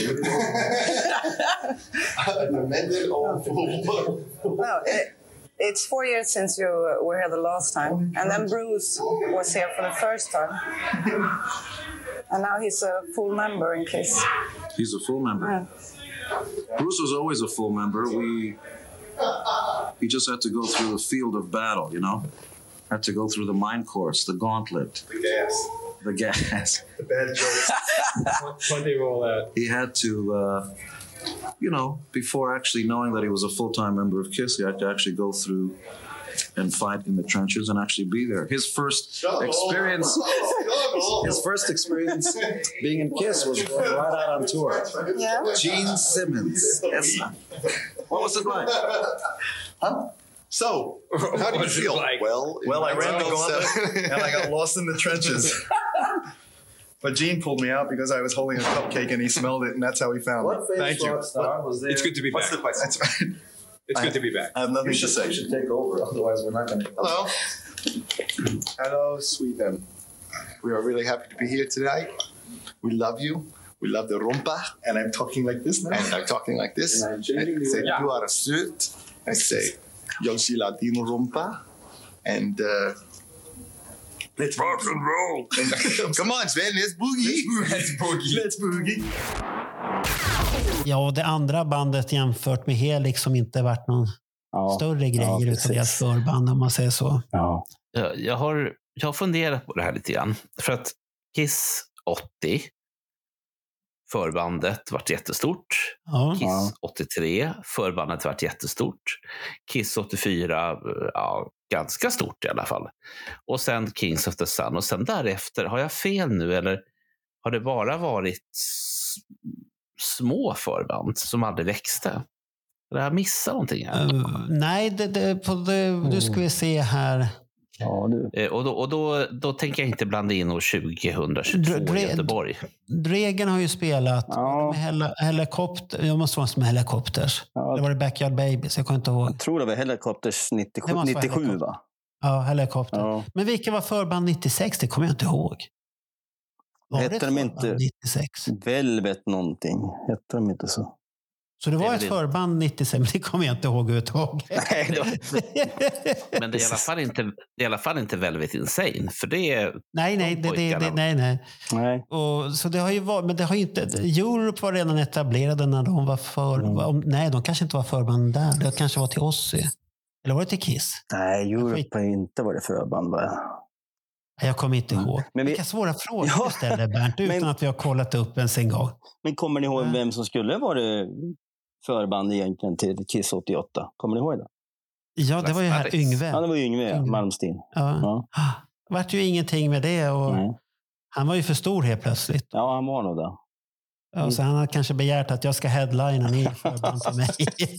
No, it's 4 years since you were here the last time. And then Bruce was here for the first time. And now he's a full member in Kiss. He's a full member. Yeah. Bruce was always a full member. He just had to go through the field of battle, you know? Had to go through the mine course, the gauntlet. The gas. The bad jokes. Plenty of all that. He had to, you know, before actually knowing that he was a full-time member of Kiss, he had to actually go through and fight in the trenches and actually be there. His first experience being in Kiss was going right out on tour. Yeah. Gene Simmons. Yes. What was it like? Huh? So, how do you feel? Like? Well, I ran the gauntlet and I got lost in the trenches. But Gene pulled me out because I was holding a cupcake and he smelled it, and that's how he found me. Thank you. Was there? It's good to be back. That's right. It's good to be back. I have nothing to say. You should take over, otherwise we're not going to. Hello. Hello, Sweden. We are really happy to be here tonight. We love you. We love the rumpa. And I'm talking like this now. And I'm talking like this. And I'm changing I say, the- you are a suit. I say, yo gillar din rumpa. And let's rock and roll. Come on, Sven, let's boogie. Let's boogie. Ja, och det andra bandet jämfört med Helix som inte varit någon större grejer utan deras förband, om man säger så. Ja. Jag har funderat på det här lite grann. För att Kiss 80, förbandet vart jättestort. Ja. Kiss 83, förbandet vart jättestort. Kiss 84, ja, ganska stort i alla fall. Och sen Kings of the Sun. Och sen därefter, har jag fel nu eller har det bara varit små förband som aldrig växte? Eller har jag missat någonting här? Nej, nu ska vi se här. Ja, du. Och då tänker jag inte blanda in år 2022 i Göteborg. Dregen har ju spelat med helikopter. Jag måste vara med Helicopters. Ja. Det var det Backyard Babies, jag kommer inte ihåg. Jag tror det var Helicopters Det 97, måste vara 97 Helicopter. va? Ja, Helicopter. Ja. Men vilka var förband 96? Det kommer jag inte ihåg. Var det Hette ett de förband inte 96? Velvet någonting? Hette de inte så? Så det var Det är ett väl- förband 96, men det kommer jag inte ihåg överhuvudtaget. Nej, Men det är i alla fall inte Velvet Insane. För det är... nej, nej. Nej. Och, så det har ju varit, men det har ju inte... Europe var redan etablerade när de var nej, de kanske inte var förband där. Det kanske var till Ozzy. Eller var det till Kiss? Nej, Europe har inte varit förband va? Nej, jag kommer inte ihåg. Men Vilka svåra frågor Ja. du ställer, Bernt, utan Men- att vi har kollat upp ens en gång. Men kommer ni ihåg vem som skulle vara förband egentligen till Kiss 88? Kommer ni ihåg det? Ja, det var ju här Yngve. Ja, det var Yngve Malmsteen. Ja. Det vart ju ingenting med det. Och Nej. han var ju för stor helt plötsligt. Ja, han var nog det. Ja, så han har kanske begärt att jag ska headlina ni förband till mig.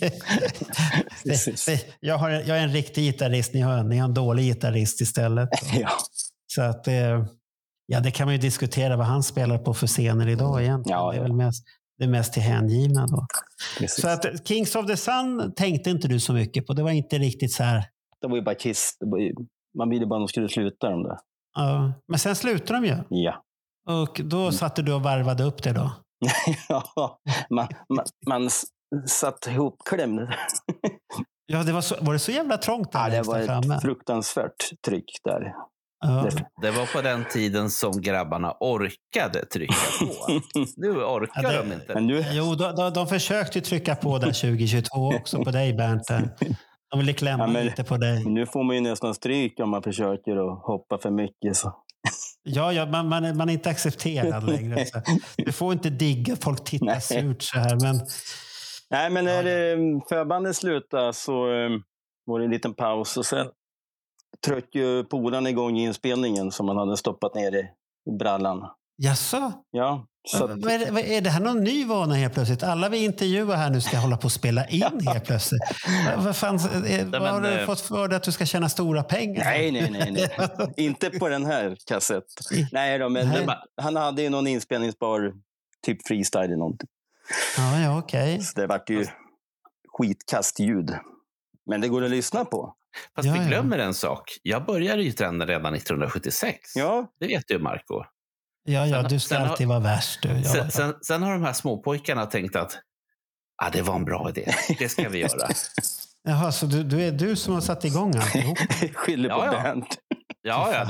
Jag är en riktig gitarrist, ni har en dålig gitarrist istället. Ja. Så att det kan man ju diskutera vad han spelar på för scener idag egentligen. Ja, Det är ja. väl mest till hängivna då. Precis. Så att Kings of the Sun tänkte inte du så mycket på. Det var inte riktigt så här. Det var ju bara Kiss. Man ville bara att de skulle sluta dem där. Ja. Men sen slutade de ju. Ja. Och då satte du och varvade upp det då. Ja, man satt ihopklämd. Ja, var det så jävla trångt där Ja, det längst var där framme? ett fruktansvärt tryck där. Ja. Det var på den tiden som grabbarna orkade trycka på. Nu orkar Ja, de inte. Men nu, Jo, de försökte ju trycka på där 2022 också på dig, Bernt. De vill klämma lite på dig. Nu får man ju nästan stryk om man försöker att hoppa för mycket. Så. Ja, man är inte accepterad längre. Så. Du får inte digga, folk tittar surt så här. Men... Nej, men när förbandet slutade så var det en liten paus. Och sen tryckte ju polarna igång inspelningen som man hade stoppat ner i brallan. Jaså? Ja. Så att... är det här någon ny vana helt plötsligt? Alla vi intervjuar här nu ska hålla på att spela in helt plötsligt. Vad har du fått för dig att du ska tjäna stora pengar? Nej. Inte på den här kassetten. Nej då, men han hade ju någon inspelningsbar typ freestyle eller någonting. Ja, okej. Så det vart ju skitkastljud. Men det går att lyssna på. Fast vi glömmer en sak. Jag började ju träna redan 1976. Ja. Det vet du, Marco. Ja, du ska alltid vara värst. Du. Sen har de här småpojkarna tänkt att det var en bra idé. Det ska vi göra. Jaha, så du är du som har satt igång alltihop? Skyller på Bernt. Ja, det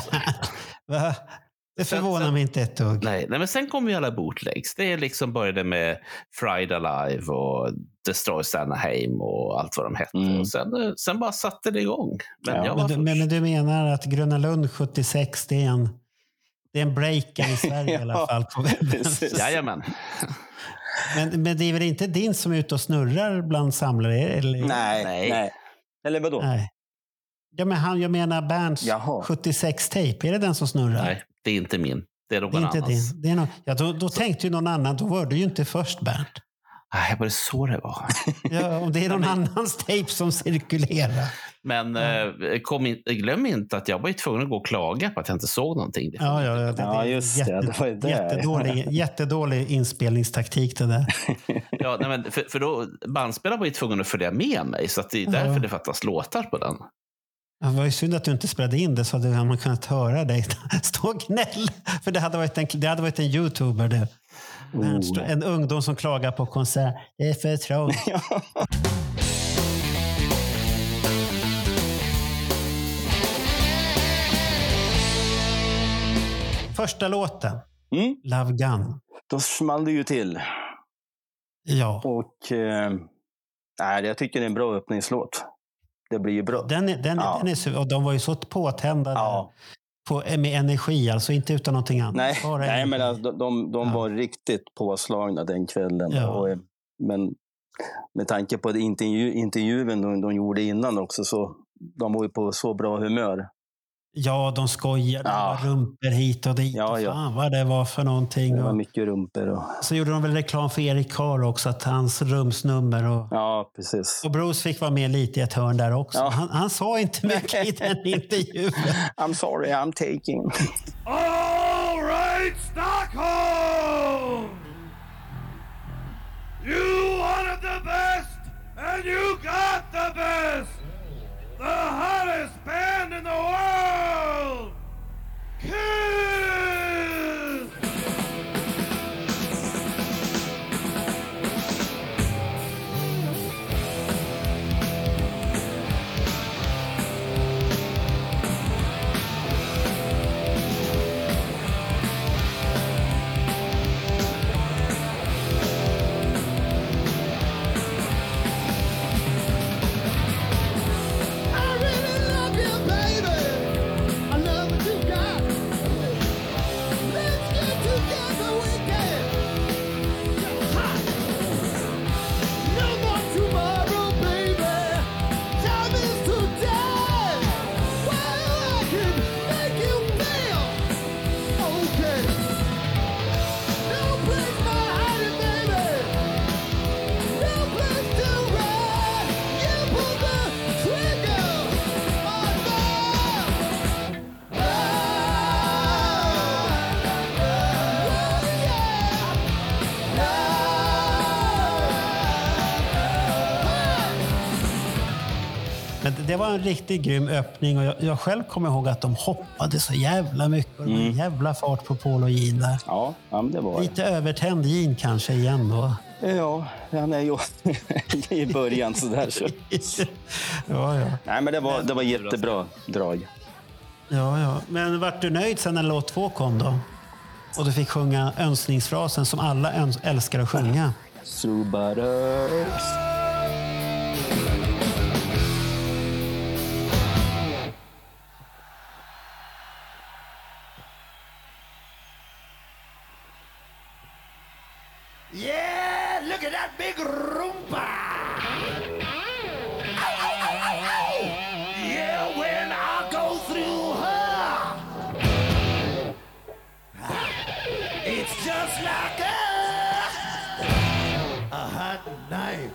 var det förvånar mig inte ett dugg. Nej, men sen kom ju alla bootlegs. Det liksom började med Fried Alive och Destroy Anaheim och allt vad de hette. Och sen bara satte det igång. Men du menar att Gröna Lund 76, det är en break i Sverige i alla fall på webben. Jajamän. Men det är väl inte din som är ute och snurrar bland samlare? Eller? Nej. Eller vadå? Nej. Ja, men jag menar Bernts 76-tape. Är det den som snurrar? Nej, det är inte min. Det är någon annans. Det är då tänkte ju någon annan. Då var du ju inte först, Bernt. Nej, var det så det var? Ja, om det är någon annans tape som cirkulerar. Men glöm inte att jag var ju tvungen att gå och klaga på att jag inte såg någonting. Just det. Det var det. Jättedålig inspelningstaktik det där. Ja, nej, men för då bandspelaren var ju tvungen att följa med mig. Så att det är därför det fattas låtar på den. Det var ju synd att du inte spelade in det så hade man kunnat höra dig stå och gnäll. För det hade varit en YouTuber det. En ungdom som klagar på konsert. Det är för trångt. Första låten. Love Gun. Då small det ju till. Ja. Och jag tycker det är en bra öppningslåt. Det blir ju bra. Den är, och de var ju så påtändade med energi, alltså inte utan någonting annat. Nej, men alltså, de var riktigt påslagna den kvällen. Ja. Men med tanke på intervjun de gjorde innan också, så de var ju på så bra humör. Ja, de skojade. Rumper hit och dit. Fan vad det var för någonting. Det var mycket rumper. Så gjorde de väl reklam för Erik Carr också, att hans rumsnummer. Ja, precis. Och Bruce fick vara med lite i ett hörn där också. Ja. Han sa inte mycket i den intervjun. I'm sorry, I'm taking. All right, Stockholm! You wanted the best, and you got the best! The hottest band in the world! Kiss! Det var en riktigt grym öppning och jag själv kommer ihåg att de hoppade så jävla mycket. Och det var en jävla fart på Paul och Gene där. Ja, det var lite övertänd Gene kanske igen då. Ja, han är ju i början sådär. Så. Ja. Nej, men det var jättebra drag. Ja. Men vart du nöjd sen när låt 2 kom då? Och du fick sjunga önskningsfrasen som alla älskar att sjunga. Subaru. Yeah, look at that big rumba. Yeah, when I go through her, it's just like a hot knife.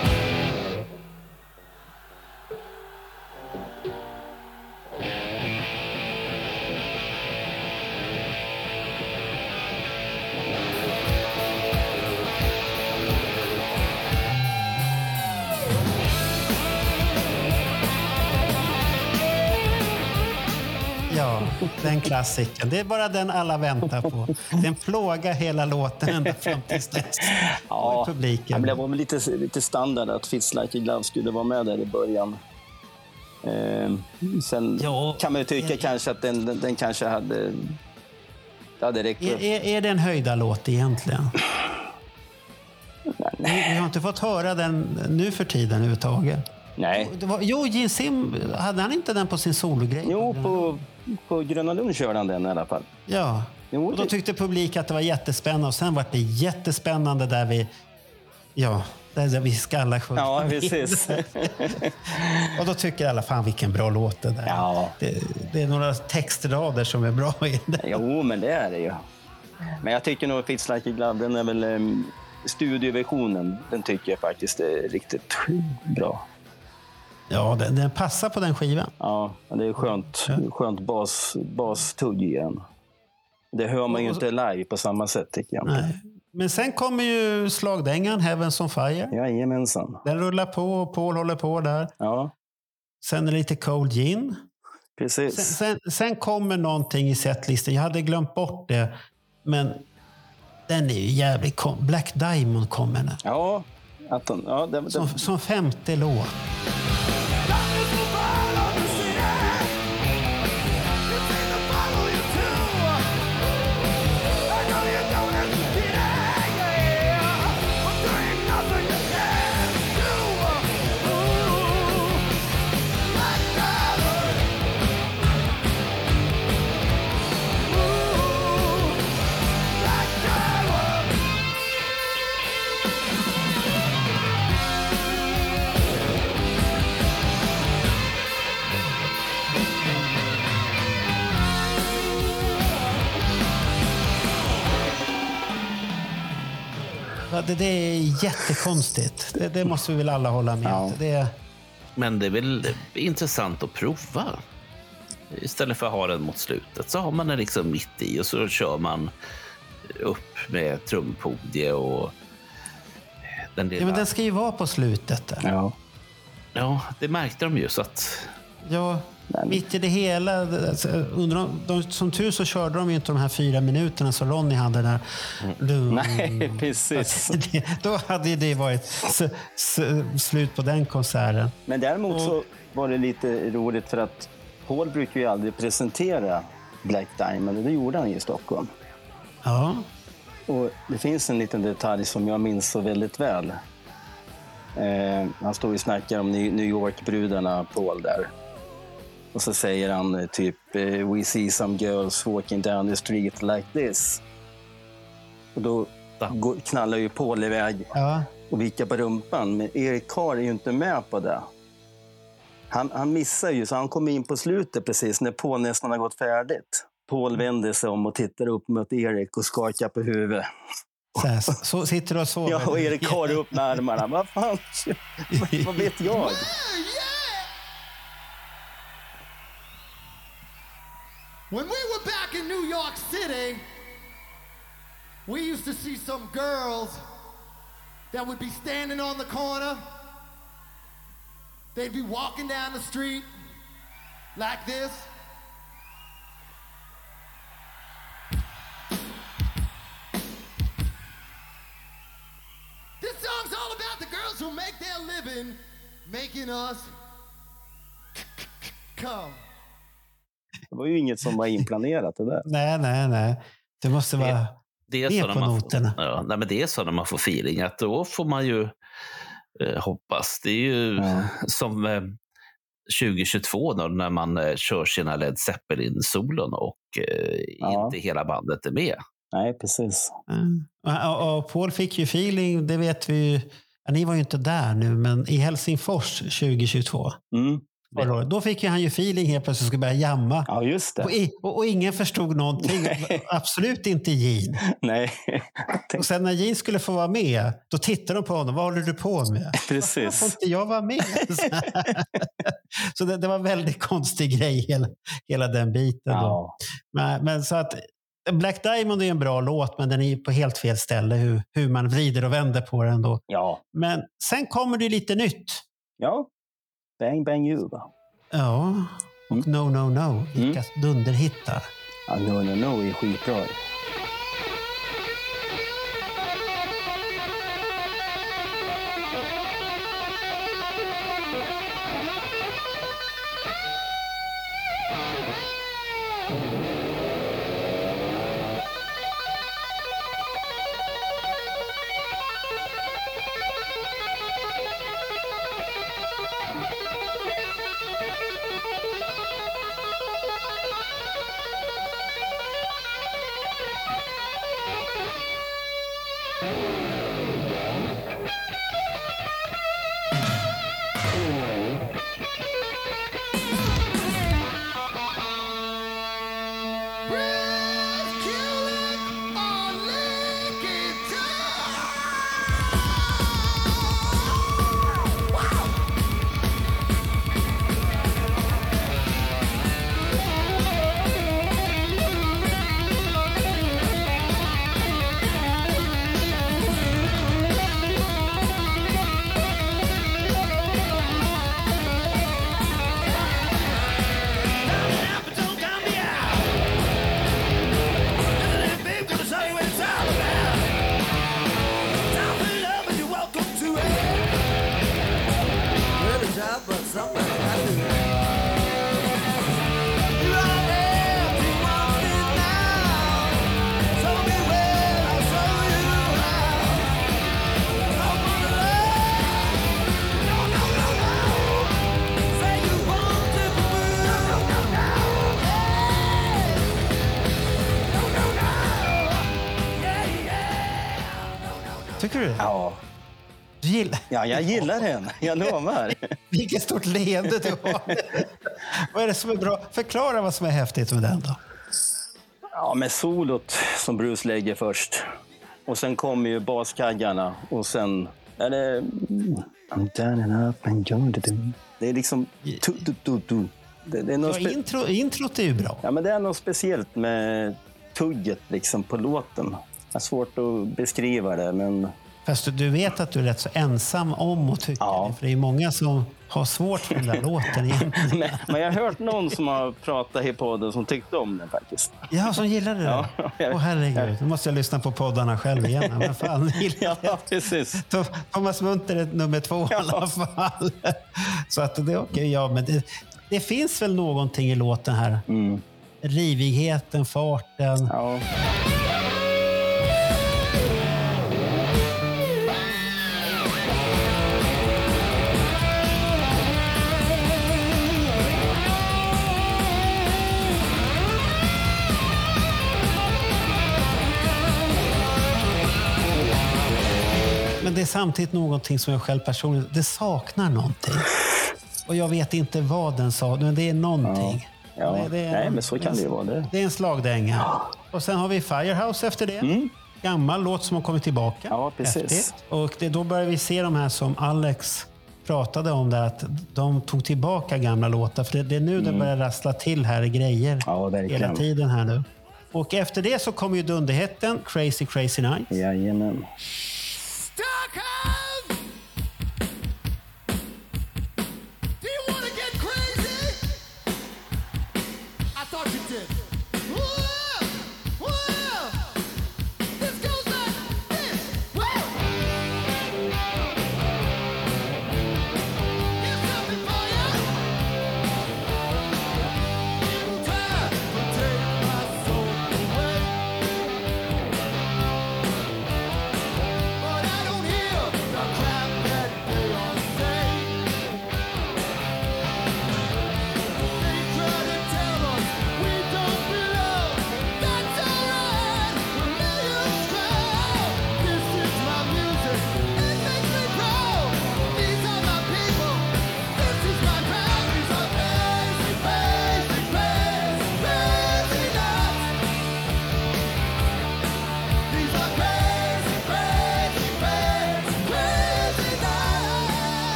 Ja, den klassiken. Det är bara den alla väntar på. Den plågar hela låten ända fram tills dess. Ja, publiken. det var väl lite standard att Fits Like a Glove skulle vara med där i början. Sen kan man ju tycka kanske att den kanske hade räckt. Är det en höjda låt egentligen? Nej. Vi har inte fått höra den nu för tiden överhuvudtaget. Nej. Gene Sim, hade han inte den på sin sologrej? Jo, på Gröna Lund körde han den i alla fall. Ja, och då tyckte publik att det var jättespännande och sen var det jättespännande där vi skallar sjunga. Ja, precis. Och då tycker alla, fan vilken bra låt det där. Ja. Det är några textrader som är bra i det. Jo, men det är det ju. Men jag tycker nog Fits Like a Glove, den är väl studioversionen. Den tycker jag faktiskt är riktigt bra. Ja, den passar på den skivan. Ja, det är skönt bastugg igen. Det hör man ju inte live på samma sätt, tycker jag. Nej. Men sen kommer ju slagdängan Heavens on Fire. Jajamensan. Den rullar på och Paul håller på där. Ja. Sen är det lite Cold Gin. Precis. Sen kommer någonting i setlistan. Jag hade glömt bort det. Men den är ju jävligt... Black Diamond kommer nu. Ja. Som femte låt. Det är jättekonstigt. Det måste vi väl alla hålla med. Ja. Men det är väl intressant att prova. Istället för att ha den mot slutet så har man den liksom mitt i och så kör man upp med trumpodie och den lilla... Ja, men den ska ju vara på slutet där. Ja, det märkte de ju så att... Ja, mitt i det hela. Som tur så körde de ju inte de här 4 minuterna som Ronny hade där. Nej, precis. Då hade det varit slut på den konserten. Men däremot så var det lite roligt för att Paul brukar ju aldrig presentera Black Diamond och det gjorde han i Stockholm. Ja. Och det finns en liten detalj som jag minns så väldigt väl. Han står och snackar om New York-brudarna, Paul där. Och så säger han typ "We see some girls walking down the street like this". Och då knallar ju Paul iväg och vickar på rumpan. Men Eric Carr är ju inte med på det. Han missar ju, så han kommer in på slutet precis när Paul nästan har gått färdigt. Paul vänder sig om och tittar upp mot Eric och skakar på huvudet. Så sitter du och sover. Ja, och Eric Carr upp med armarna. Vad fan? Vad vet jag? When we were back in New York City, we used to see some girls that would be standing on the corner. They'd be walking down the street like this. This song's all about the girls who make their living making us come. Det var ju inget som var inplanerat det där. Nej. Det måste vara med på noterna. Nej, men det är så när man får feeling att då får man ju hoppas. Det är ju som 2022 när man kör sina Led Zeppelin-solon och inte hela bandet är med. Nej, precis. Och Paul fick ju feeling, det vet vi ju. Ja, ni var ju inte där nu, men i Helsingfors 2022. Då fick ju han ju feeling helt plötsligt skulle börja jamma. Ja, just det. Och ingen förstod någonting. Absolut inte Gene. Nej. Och sen när Gene skulle få vara med, då tittade de på honom. Vad håller du på med? Precis. Får inte jag vara med? Så det var en väldigt konstig grej, hela den biten. Ja. Men så att Black Diamond är en bra låt, men den är på helt fel ställe. Hur man vrider och vänder på den då. Ja. Men sen kommer det lite nytt. Ja. Bang Bang You, va? Ja. Och No No No. Vilka dunderhittar. Ja, No No No är skitbra. Tycker du? Ja. Du gillar? Ja, jag gillar den. Jag lovar. Vilket stort leende du har. Vad är det som är bra? Förklara vad som är häftigt med den då. Ja, med solot som Bruce lägger först. Och sen kommer ju baskaggarna. Och sen är det... I'm down and up and down. Det är liksom... Det är något introt är ju bra. Ja, men det är något speciellt med tugget liksom på låten. Det är svårt att beskriva det, men... Fast du vet att du är rätt så ensam om att tycka det. För det är många som har svårt för den där låten egentligen. Men jag har hört någon som har pratat i podden som tyckte om den faktiskt. Ja, som gillade det. Åh herregud, nu måste jag lyssna på poddarna själv igen. Men fan, ja, precis. Thomas Munter är nummer 2 i alla fall. Så att det är okej. Ja, men det finns väl någonting i låten här. Rivigheten, farten. Ja. Men det är samtidigt någonting som jag själv personligen... Det saknar någonting. Och jag vet inte vad den sa, men det är någonting. Ja. Nej, men så kan det ju vara det. Det är en slagdänga. Och sen har vi Firehouse efter det. Gammal låt som har kommit tillbaka. Ja, precis. Häftigt. Och då börjar vi se de här som Alex pratade om där, att de tog tillbaka gamla låtar. För det är nu det börjar rassla till här i grejer hela tiden här nu. Och efter det så kommer ju dunderheten Crazy Crazy Night. Jajamän. Stockholm! Do you want to get crazy? I thought you did. Whoa! Whoa! This goes like this. Whoa! Here's something for you. Time to take my soul away.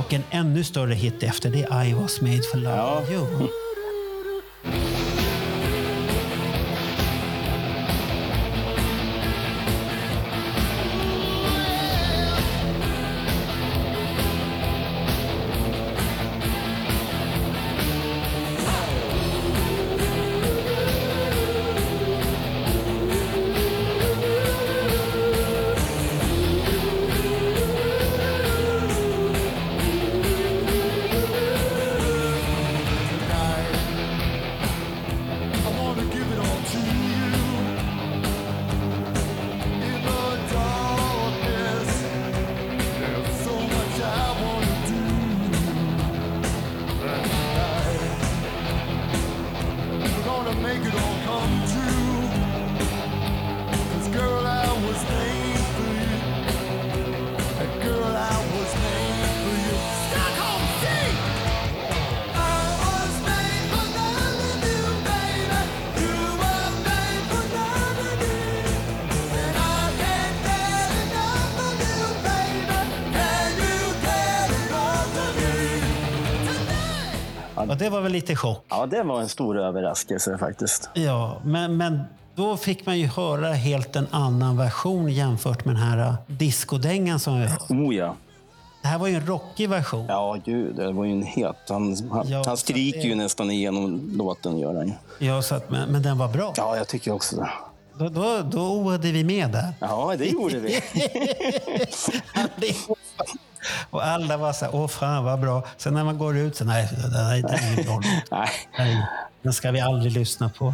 Och en ännu större hit efter det, I was made for love you. Ja, det var väl lite chock. Ja, det var en stor överraskelse faktiskt. Ja, men då fick man ju höra helt en annan version jämfört med den här discodängan som vi hörde. Oh ja. Det här var ju en rockig version. Ja, gud, det var ju en het. Han skriker ju nästan igenom låten, gör han. Ja, så att, men den var bra. Ja, jag tycker också det. Då oade vi med där. Ja, det gjorde vi. Och alla var så här, åh fan vad bra. Sen när man går ut så nej, det är ingen bra. Nej, den ska vi aldrig lyssna på.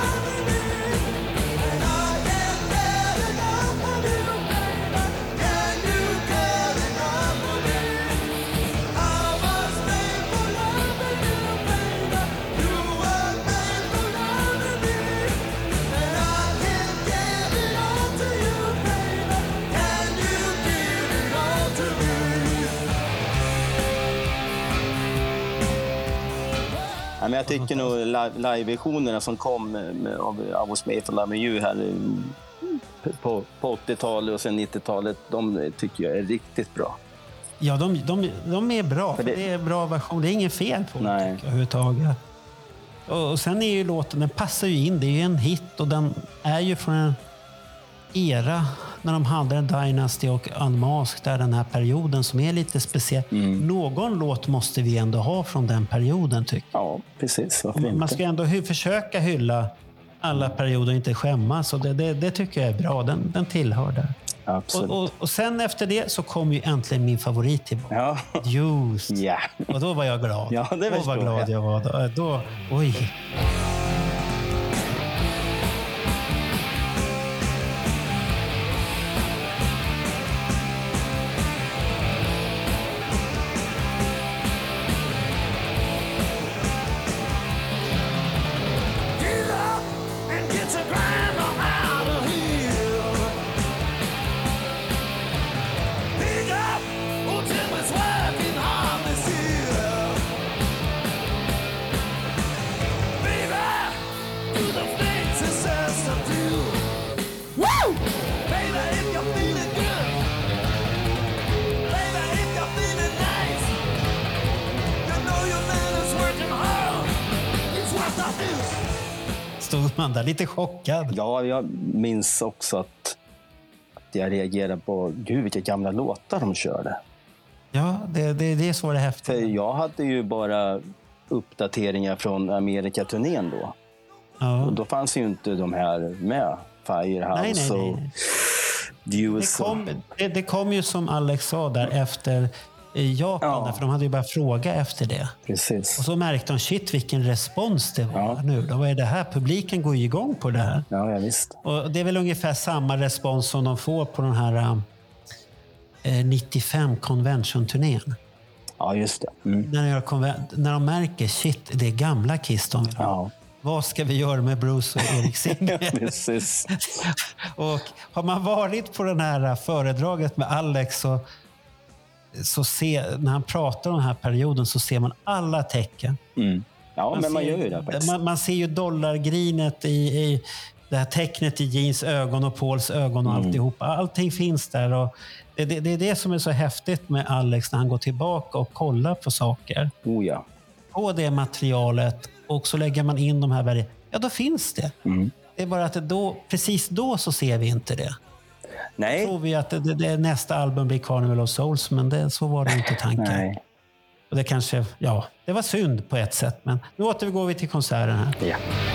Men jag tycker nog live-versionerna som kom av I was made for love you här på 80-talet och sen 90-talet, de tycker jag är riktigt bra. Ja, de är bra. För det är bra version. Det är ingen fel på det överhuvudtaget. Och sen är ju låten, den passar ju in. Det är ju en hit och den är ju från en era när de hade en Dynasty och Unmasked, där den här perioden som är lite speciell. Någon låt måste vi ändå ha från den perioden, tycker jag. Ja, precis. Man ska ändå försöka hylla alla perioder och inte skämmas. Och det tycker jag är bra. Den tillhör där. Absolut. Och sen efter det så kom ju äntligen min favorit tillbaka. Ja. Just. Ja. Och då var jag glad. Ja, det var glad jag var. Då, oj. Stod man där lite chockad? Ja, jag minns också att jag reagerade på gud vilka gamla låtar de körde. Ja, det är så det är häftigt. För jag hade ju bara uppdateringar från Amerika-turnén då. Ja. Och då fanns ju inte de här med. Firehouse nej. och Deuce. Det kom ju som Alex sa där efter Japan, för de hade ju bara fråga efter det. Precis. Och så märkte de, shit vilken respons det var nu. Då var det här, publiken går ju igång på det här. Ja, visst. Och det är väl ungefär samma respons som de får på den här 95 convention-turnén. Ja, just det. När de märker, shit, det är gamla Kiss de vill ha. Ja. Vad ska vi göra med Bruce och Erik Singer? Precis. Och har man varit på den här föredraget med Alex så när han pratar om den här perioden så ser man alla tecken. Ja, men man gör ju det faktiskt. Man ser ju dollargrinet i det här tecknet i Jeans ögon och Pauls ögon och alltihopa. Allting finns där. Och det är det som är så häftigt med Alex när han går tillbaka och kollar på saker. Oh ja. På det materialet och så lägger man in de här värderingarna. Ja, då finns det. Det är bara att precis då så ser vi inte det. Nej. Då tror vi att det nästa album blir Carnival of Souls, men så var det inte tanken. Nej. Och det kanske, det var synd på ett sätt, men nu återgår vi till konserten här. Ja.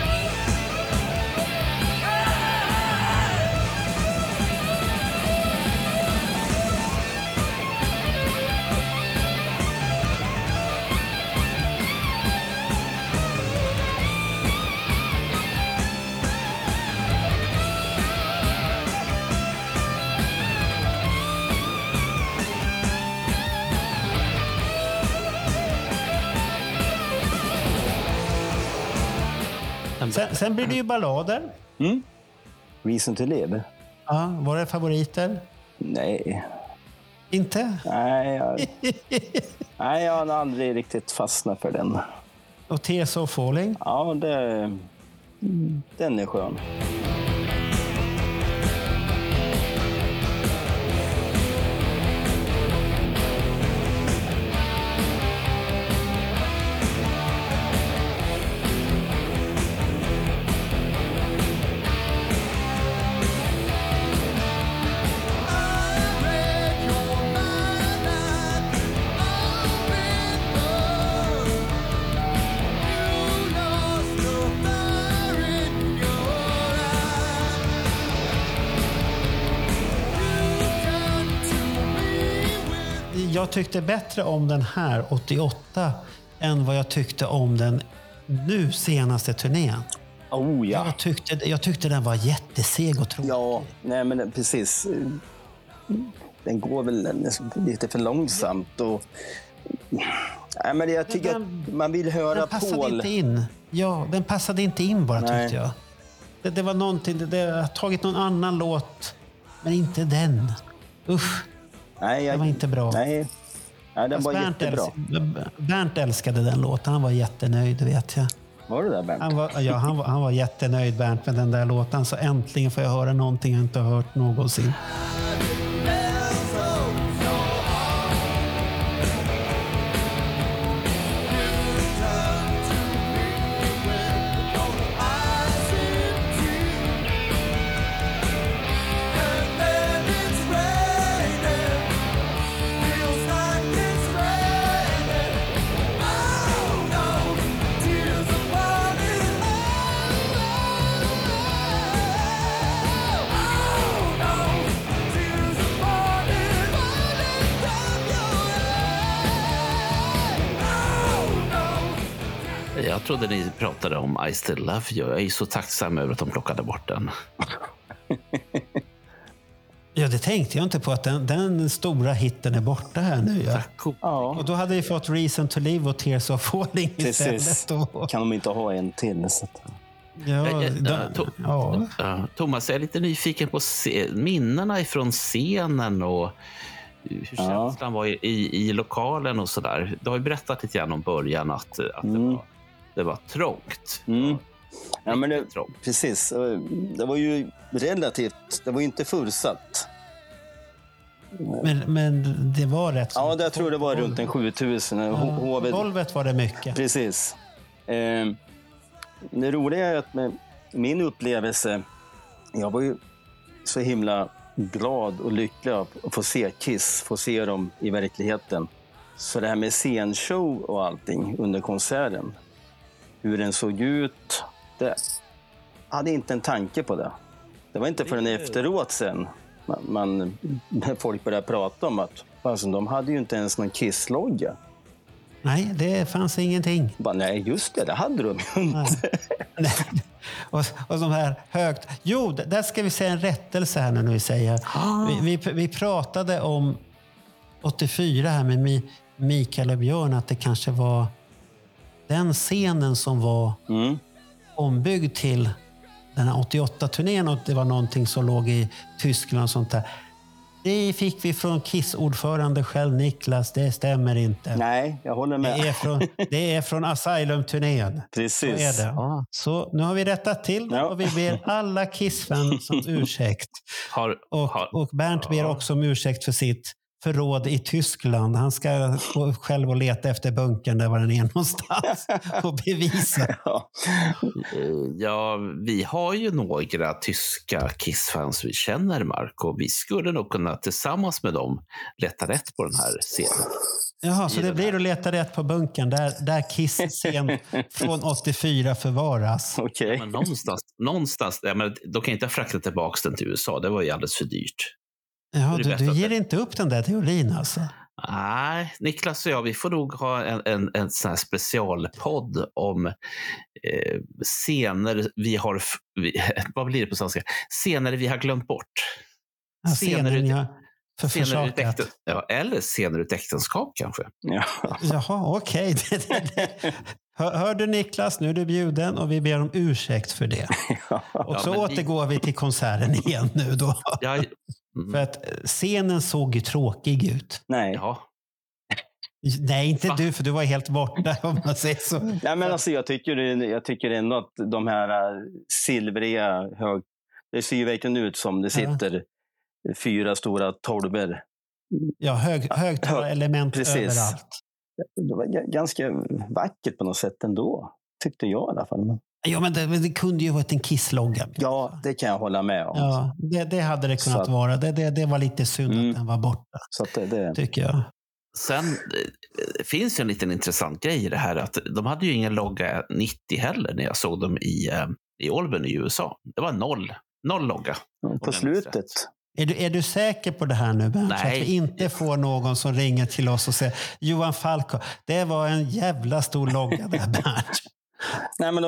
Sen blir det ju ballader. Reason to Live. Ja, var det favoriter? Nej. Inte? Nej, jag har aldrig riktigt fastnat för den. Och Tears of Falling? Ja, den är skön. Jag tyckte bättre om den här 88 än vad jag tyckte om den nu senaste turnén. Oh ja. Jag tyckte den var jätteseg och tråkig. Ja, nej men precis. Den går väl lite för långsamt och nej, men jag tycker att man vill höra den passade Paul. Inte in. Ja, den passade inte in bara, tyckte jag. Det var någonting, det har tagit någon annan låt, men inte den. Usch. Nej, det var inte bra. Nej, den var jättebra. Bernt älskade den låten. Han var jättenöjd, vet jag. Var det där, Bernt? Han var jättenöjd, Bernt, med den där låten. Så äntligen får jag höra någonting jag inte har hört någonsin. Jag trodde ni pratade om I Still Love You. Jag är så tacksam över att de plockade bort den. Ja, det tänkte jag inte på, att den stora hitten är borta här nu. Ja. Ja. Och då hade vi fått Reason to Live och Tears of Falling istället. Då. Kan de inte ha en till? Så att... Thomas, jag är lite nyfiken på minnena ifrån scenen och hur känslan var i lokalen och sådär. Du har ju berättat lite grann om början att det var trångt. Ja, men precis. Det var ju det var ju inte fullsatt. Men det var rätt. Ja, jag tror det var runt en 7000. Golvet var det mycket. Precis. Det roliga är att med min upplevelse, jag var ju så himla glad och lycklig att få se Kiss, få se dem i verkligheten. Så det här med scenshow och allting under konserten, hur den såg ut, det hade inte en tanke på det. Det var inte förrän efteråt sen när folk började prata om att alltså, de hade ju inte ens någon Kiss-logga. Nej, det fanns ingenting. Nej, just det hade de ju inte. Och de här högt... Jo, där ska vi säga en rättelse här när vi säger. Vi pratade om 84 här med Mikael och Björn, att det kanske var den scenen som var ombyggd till den här 88-turnén, och det var någonting som låg i Tyskland och sånt där. Det fick vi från Kiss-ordförande själv, Niklas. Det stämmer inte. Nej, jag håller med. Det är från Asylum-turnén. Precis. Så är det. Ja. Så nu har vi rättat till det och vi ber alla Kiss-fans om ursäkt. Och Bernt ber också om ursäkt för sitt förråd i Tyskland. Han ska gå själv och leta efter bunkern där var den är någonstans och bevisa. Ja, vi har ju några tyska Kiss-fans vi känner, Mark, och vi skulle nog kunna tillsammans med dem leta rätt på den här scenen. Jaha, så det blir att leta rätt på bunkern där Kiss-scen från 84 förvaras. Okej. Ja, men någonstans men då kan jag inte frakta tillbaka den till USA. Det var ju alldeles för dyrt. Ja, du ger inte upp den där teorin alltså? Nej, Niklas och jag, vi får nog ha en sån här specialpodd om scener vi har... vad blir det på svenska? Scener vi har glömt bort. Ja, scener eller scener ut äktenskap kanske. Ja. Jaha, okej. Hör du Niklas, nu är du bjuden och vi ber om ursäkt för det. Och så återgår vi till konserten igen nu då. För att scenen såg ju tråkig ut. Nej. Ja. Nej, inte du, för du var helt borta om man säger så. Nej, men alltså, jag tycker ändå att de här silvriga det ser ju verkligen ut som det sitter 4 stora torber. Ja, högtalarelement överallt. Det var ganska vackert på något sätt ändå, tyckte jag i alla fall. Ja, men det kunde ju varit en Kiss-logga. Ja, det kan jag hålla med om. Ja, det hade det kunnat vara. Det var lite synd att den var borta. Så att det tycker jag. Sen finns ju en liten intressant grej i det här att de hade ju ingen logga 90 heller när jag såg dem i Albany i USA. Det var noll logga. På slutet. Är du säker på det här nu, Bernt? Nej. Så att vi inte får någon som ringer till oss och säger Johan Falk, det var en jävla stor logga där, Bernt. Nej, men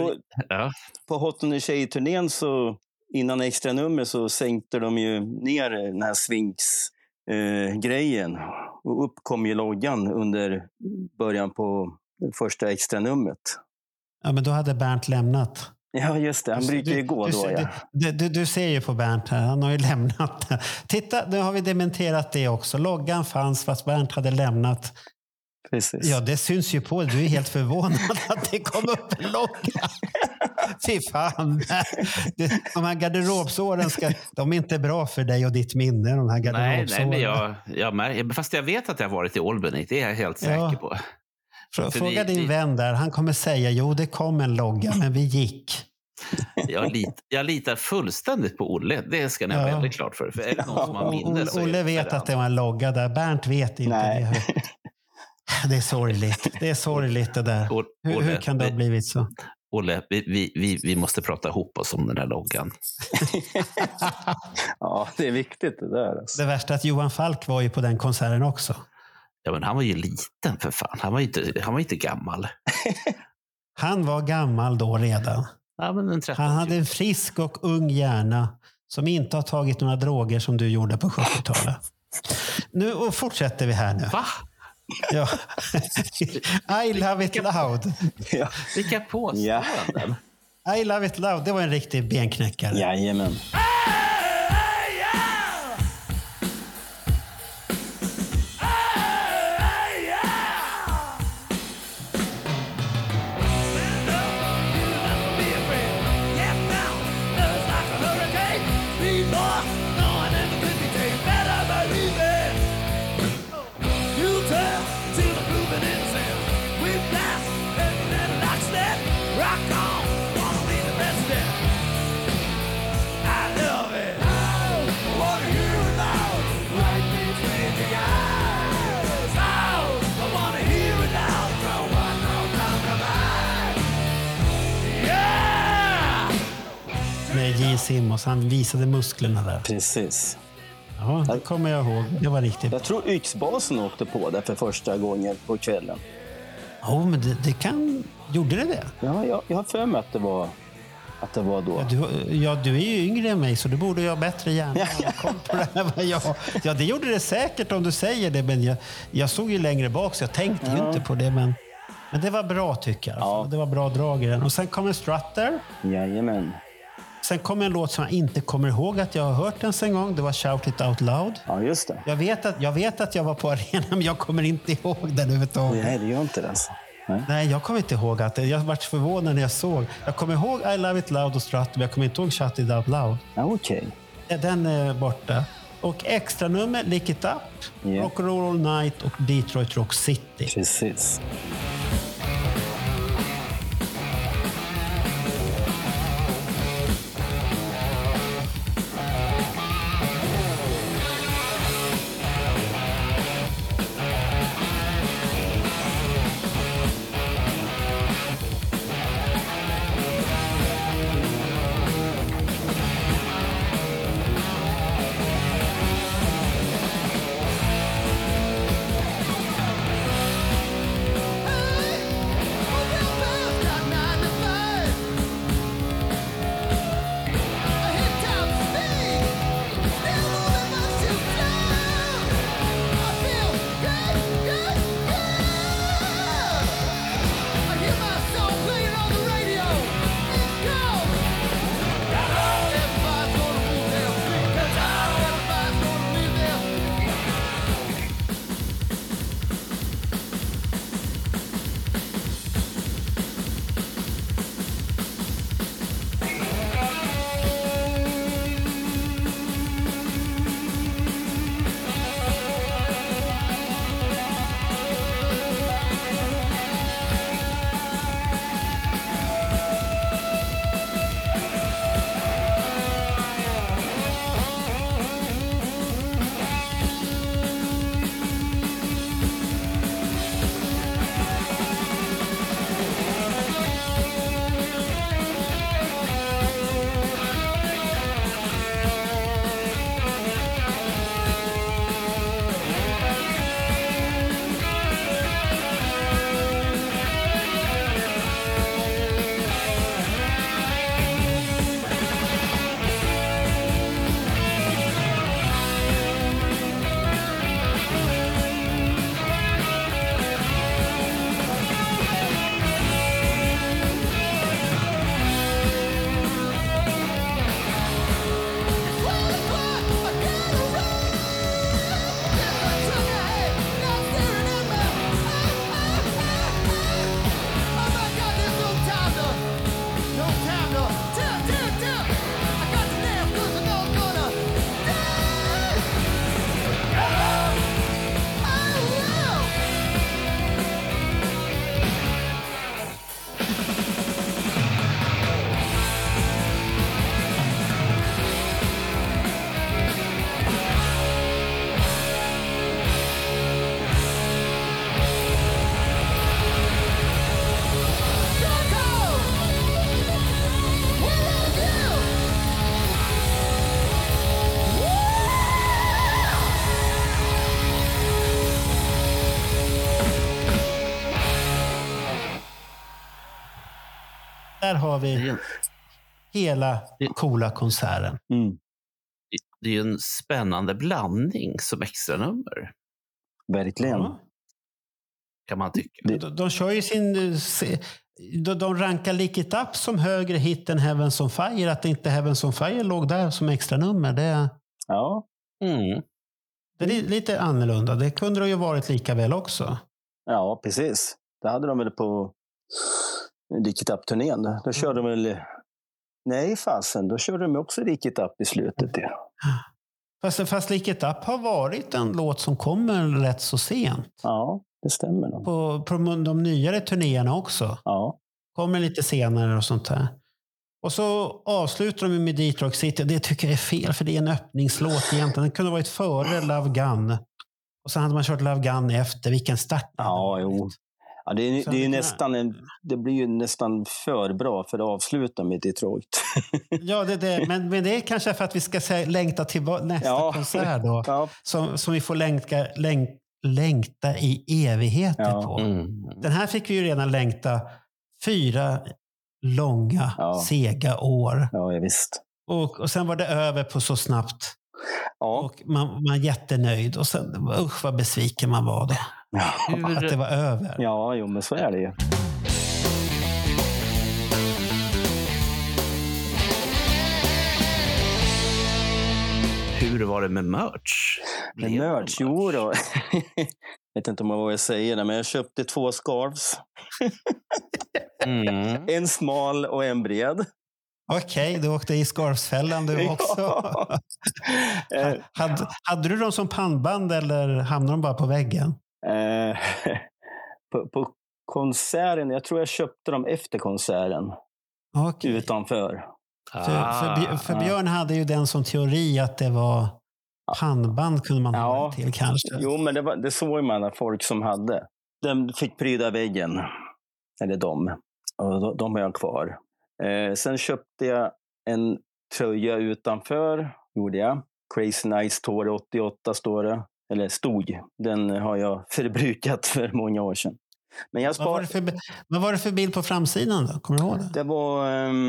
på Hot on the Shade-turnén så innan extra nummer så sänkte de ju ner den här Sphinx-grejen och uppkom ju loggan under början på första extra numret. Ja, men då hade Bernt lämnat. Ja, just det. Han brukar ju gå då. Du ser ju på Bernt här. Han har ju lämnat. Titta, nu har vi dementerat det också. Loggan fanns fast Bernt hade lämnat. Precis. Ja, det syns ju på. Du är helt förvånad att det kom upp en logga. Fy fan. De här garderobsåren de är inte bra för dig och ditt minne. De här garderobsåren. Nej, men fast jag vet att jag har varit i Albany. Det är jag helt säker på. Fråga din vän där. Han kommer säga, jo det kom en logga, men vi gick. Jag litar fullständigt på Olle. Det ska ni ha väldigt klart för. Är det någon som har minne Olle vet att det var en logga där. Bernt vet inte. Nej. Det är sorgligt. Det är sorgligt det där. Hur kan det ha blivit så? Olle, vi måste prata ihop oss om den här loggan. Ja, det är viktigt det där. Alltså. Det värsta är att Johan Falk var ju på den konserten också. Ja, men han var ju liten för fan. Han var inte gammal. Han var gammal då redan. Ja, men han hade en frisk och ung hjärna som inte har tagit några droger som du gjorde på 70-talet. Nu och fortsätter vi här nu. Va? Ja. I love it loud. Ja. Vilka påståenden? I love it loud. Det var en riktig benknäckare. Jajamän. Gene Simmons, han visade musklerna där. Precis. Ja, det kommer jag ihåg. Det var riktigt. Jag tror Yxbasen åkte på det för första gången på kvällen. Ja, men gjorde det? Ja, jag har för mig att det var då. Du är ju yngre än mig så du borde ju ha bättre hjärna. Ja, det gjorde det säkert om du säger det, men jag såg ju längre bak så jag tänkte ju inte på det, men det var bra tycker jag. Ja. Det var bra drag i den. Och sen kommer Strutter. Jajamän. Sen kommer en låt som jag inte kommer ihåg att jag har hört ens en gång. Det var Shout It Out Loud. Ja, just det. Jag vet att jag var på arenan, men jag kommer inte ihåg den överhuvudtaget. Nej, det gör inte det alltså. Nej, jag kommer inte ihåg att det. Jag var förvånad när jag såg. Jag kommer ihåg I Love It Loud och Strut, men jag kommer inte ihåg Shout It Out Loud. Ja, okej. Den är borta. Och extra nummer, Lick It Up, Yeah. Rock and Roll All Night och Detroit Rock City. Precis. Där har vi hela coola konserten. Mm. Det är ju en spännande blandning som extra nummer. Verkligen. Ja. Kan man tycka. De kör ju de rankar Lick It Up som högre hit än Heavens on Fire. Att inte Heavens on Fire låg där som extra nummer. Ja. Mm. Det är lite annorlunda. Det kunde det ju varit lika väl också. Ja, precis. Det hade de väl på Lick It Up-turnén. Då körde de väl... Nej, fasen. Då körde de också Lick It Up i slutet. Ja. Fast Lick It Up har varit en låt som kommer rätt så sent. Ja, det stämmer nog. På de nyare turnéerna också. Ja. Kommer lite senare och sånt här. Och så avslutar de med Detroit City. Det tycker jag är fel, för det är en öppningslåt egentligen. Den kunde ha varit före Love Gun. Och sen hade man kört Love Gun efter. Vilken start. Ja, jo. Ja, det är ju nästan det blir ju nästan för bra för att avsluta med Detroit. Ja, men det är kanske för att vi ska längta till nästa konsert då. Ja. Som vi får längta i evigheter på. Mm. Den här fick vi ju redan längta 4 långa, sega år. Ja, visst. Och sen var det över på så snabbt. Ja. Och man var jättenöjd. Och sen, usch vad besviken man var det. Ja. Att det var över. Ja, jo, men så är det ju. hur var det med merch? Med merch? Jo då. Jag vet inte om jag vågar säga det, men jag köpte 2 scarves. En smal och en bred. Okej, du åkte i scarfsfällan du också. Hade du dem som pannband eller hamnade de bara på väggen? På konserten, jag tror jag köpte dem efter konserten. Okay. Utanför. För Björn hade ju den som teori att det var pannband kunde man ha till kanske. Jo, men det såg man att folk som hade. De fick pryda väggen. Eller de. Och de har jag kvar. Sen köpte jag en tröja utanför. Gjorde jag. Crazy Nights Tour 88 står det. Eller stod. Den har jag förbrukat för många år sedan. Men jag vad var det för bild på framsidan då? Kommer du ihåg det? Det var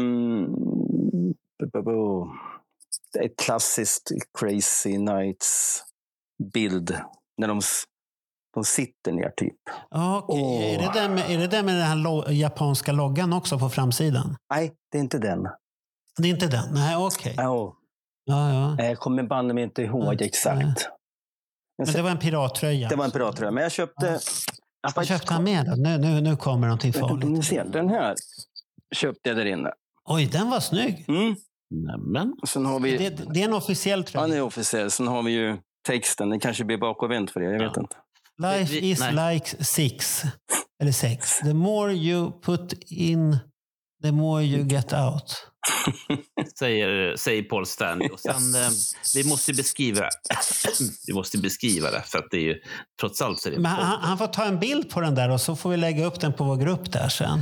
ett klassiskt Crazy Nights bild. När de sitter ner typ. Okay. Är det där med den här japanska loggan också på framsidan? Nej, det är inte den. Det är inte den? Nej, okej. Okay. Ja. Jag kommer banne mig inte ihåg exakt. Men det var en pirattröja. Det var en pirattröja, men jag köpte... Vad köpte han med då? Nu kommer någonting farligt. Ni ser, den här köpte jag där inne. Oj, den var snygg. Nämen. Sen har vi... Det är en officiell tröja. Ja, den är officiell. Sen har vi ju texten. Den kanske blir bakåtvänt för er, jag vet inte. Life is like 6. Eller 6. The more you put in, the more you get out. säger Paul Stanley. Och sen, vi måste beskriva det. För att det är ju, trots allt så är det... Men han får ta en bild på den där och så får vi lägga upp den på vår grupp där sen.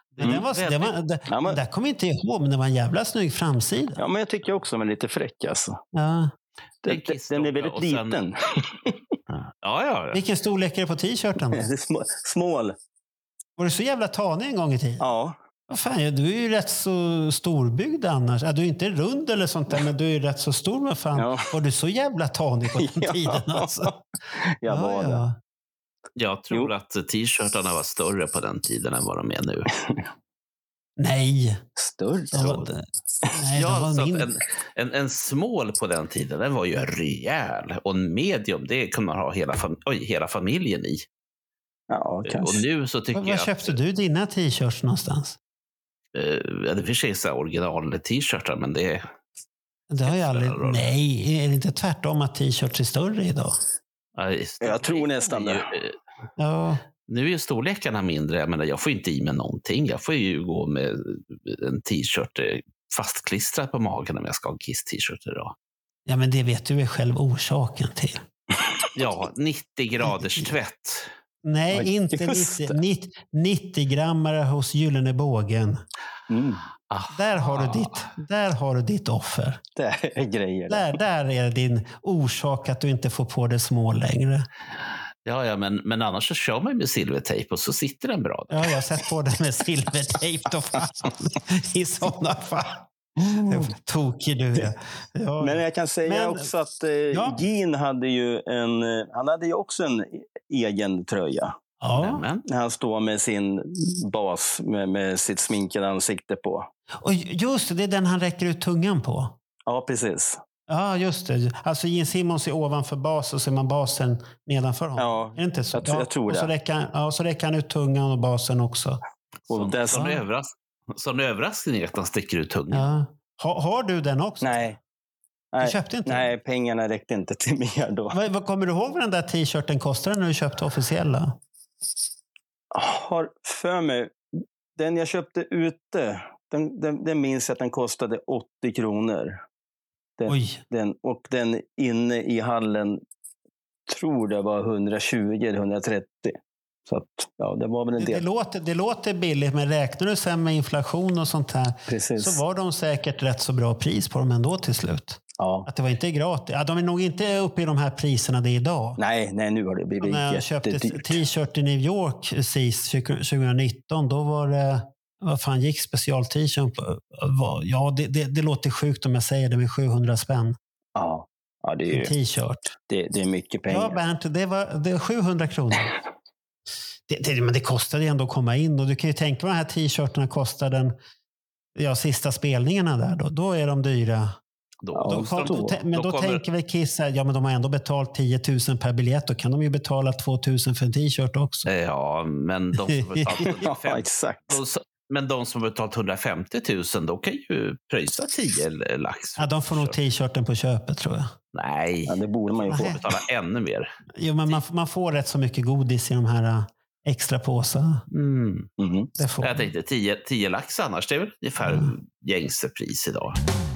Där kommer jag inte ihåg, men det var en jävla snygg framsida. Ja, men jag tycker också den är lite fräck alltså. Ja. Den är väldigt liten. Ja. Vilken storlek är det på t-shirten? Small. Var du så jävla tanig en gång i tiden? Ja. Vad fan, du är ju rätt så storbyggd annars. Du är inte rund eller sånt där, men du är ju rätt så stor. Men fan, var du så jävla tanig på den tiden alltså? Jag var det. Jag tror att t-shirtarna var större på den tiden än vad de är nu. Nej. Större? En small på den tiden, den var ju rejäl. Och en medium, det kunde man ha hela familjen i. Ja, kanske. Och nu så tycker Var köpte du dina t-shirts någonstans? Det finns så original t-shirtar, men det har jag aldrig... Nej, är det inte tvärtom att t-shirts är större idag? Jag tror nästan det. Ja. Nu är ju storlekarna mindre. Jag menar, jag får inte i mig någonting. Jag får ju gå med en t-shirt fastklistrad på magen om jag ska ha en Kiss-t-shirt idag. Ja, men det vet du väl själv orsaken till. Ja, 90 graders tvätt. Nej, inte 90-grammare hos Gyllene bågen. Där har du ditt offer. Det är grejer. Där är din orsak att du inte får på det små längre. Ja, men annars så kör man med silvertejp och så sitter den bra. Ja, jag har sett på den med silvertejp då fan. I sådana fall. Tokig du är. Ja. Men jag kan säga också att Gene hade ju också en egen tröja. Ja. Han står med sin bas med sitt sminkade ansikte på. Och just det är den han räcker ut tungan på. Ja, precis. Ja, just det. Alltså Gene Simmons är ovanför bas och så är man basen nedanför honom. Ja, är det inte så? Jag tror det. Och så räcker han ut tungan och basen också. Som överraskning är att han sticker ut tungan. Ja. Har du den också? Nej. Du köpte inte? Nej, pengarna räckte inte till mer då. Vad kommer du ihåg vad den där t-shirten kostade när du köpte officiella? Har för mig. Den jag köpte ute, den minns jag att den kostade 80 kronor. Och den inne i hallen tror det var 120 eller 130. Så att, det var väl en del. Det låter billigt, men räknar du sen med inflation och sånt här, precis, så var de säkert rätt så bra pris på dem ändå till slut. Ja. Att det var inte gratis. Ja, de är nog inte uppe i de här priserna det är idag. Nej, nu har det blivit jättedyrt. När jag köpte t-shirt i New York sist 2019, då var det, vad fan gick special t-shirt på? Ja, det låter sjukt om jag säger det, med 700 spänn. Ja det är en t-shirt. Det är mycket pengar. Ja, Bernt, det är 700 kronor. Men det kostade ändå att komma in, och du kan ju tänka vad de här t-shirtarna kostar sista spelningarna där. Då är de dyra. Då tänker väl Kiss här, ja men de har ändå betalt 10 000 per biljett, då kan de ju betala 2 000 för en t-shirt också. Ja, men de som har betalt 150, Ja, exakt. men de som har betalt 150 000, då kan ju pröjsa 10 lax. Ja, de får nog t-shirten på köpet tror jag. Nej, Ja, det borde man ju få. betala ännu mer. Jo, men man får rätt så mycket godis i de här extra påsarna. Det får Jag tänkte 10 lax annars, det är väl ungefär gängse pris idag.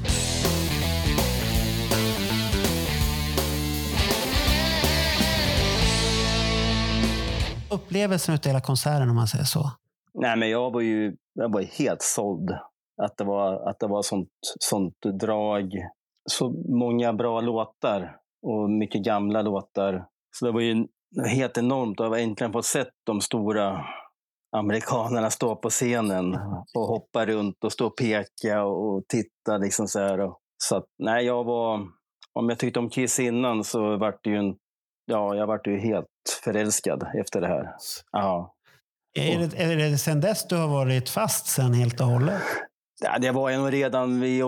Upplevelsen av hela konserten om man säger så. Nej, men jag var helt såld. Att det var sånt drag. Så många bra låtar och mycket gamla låtar. Så det var ju helt enormt. Jag har äntligen fått sett de stora amerikanerna stå på scenen och hoppa runt och stå och peka och titta liksom så här. Så att, nej, om jag tyckte om Kiss innan så vart det ju jag vart ju helt förälskad efter det här. Ja. Är det sen dess du har varit fast sen helt och hållet? Ja, det var jag nog redan vid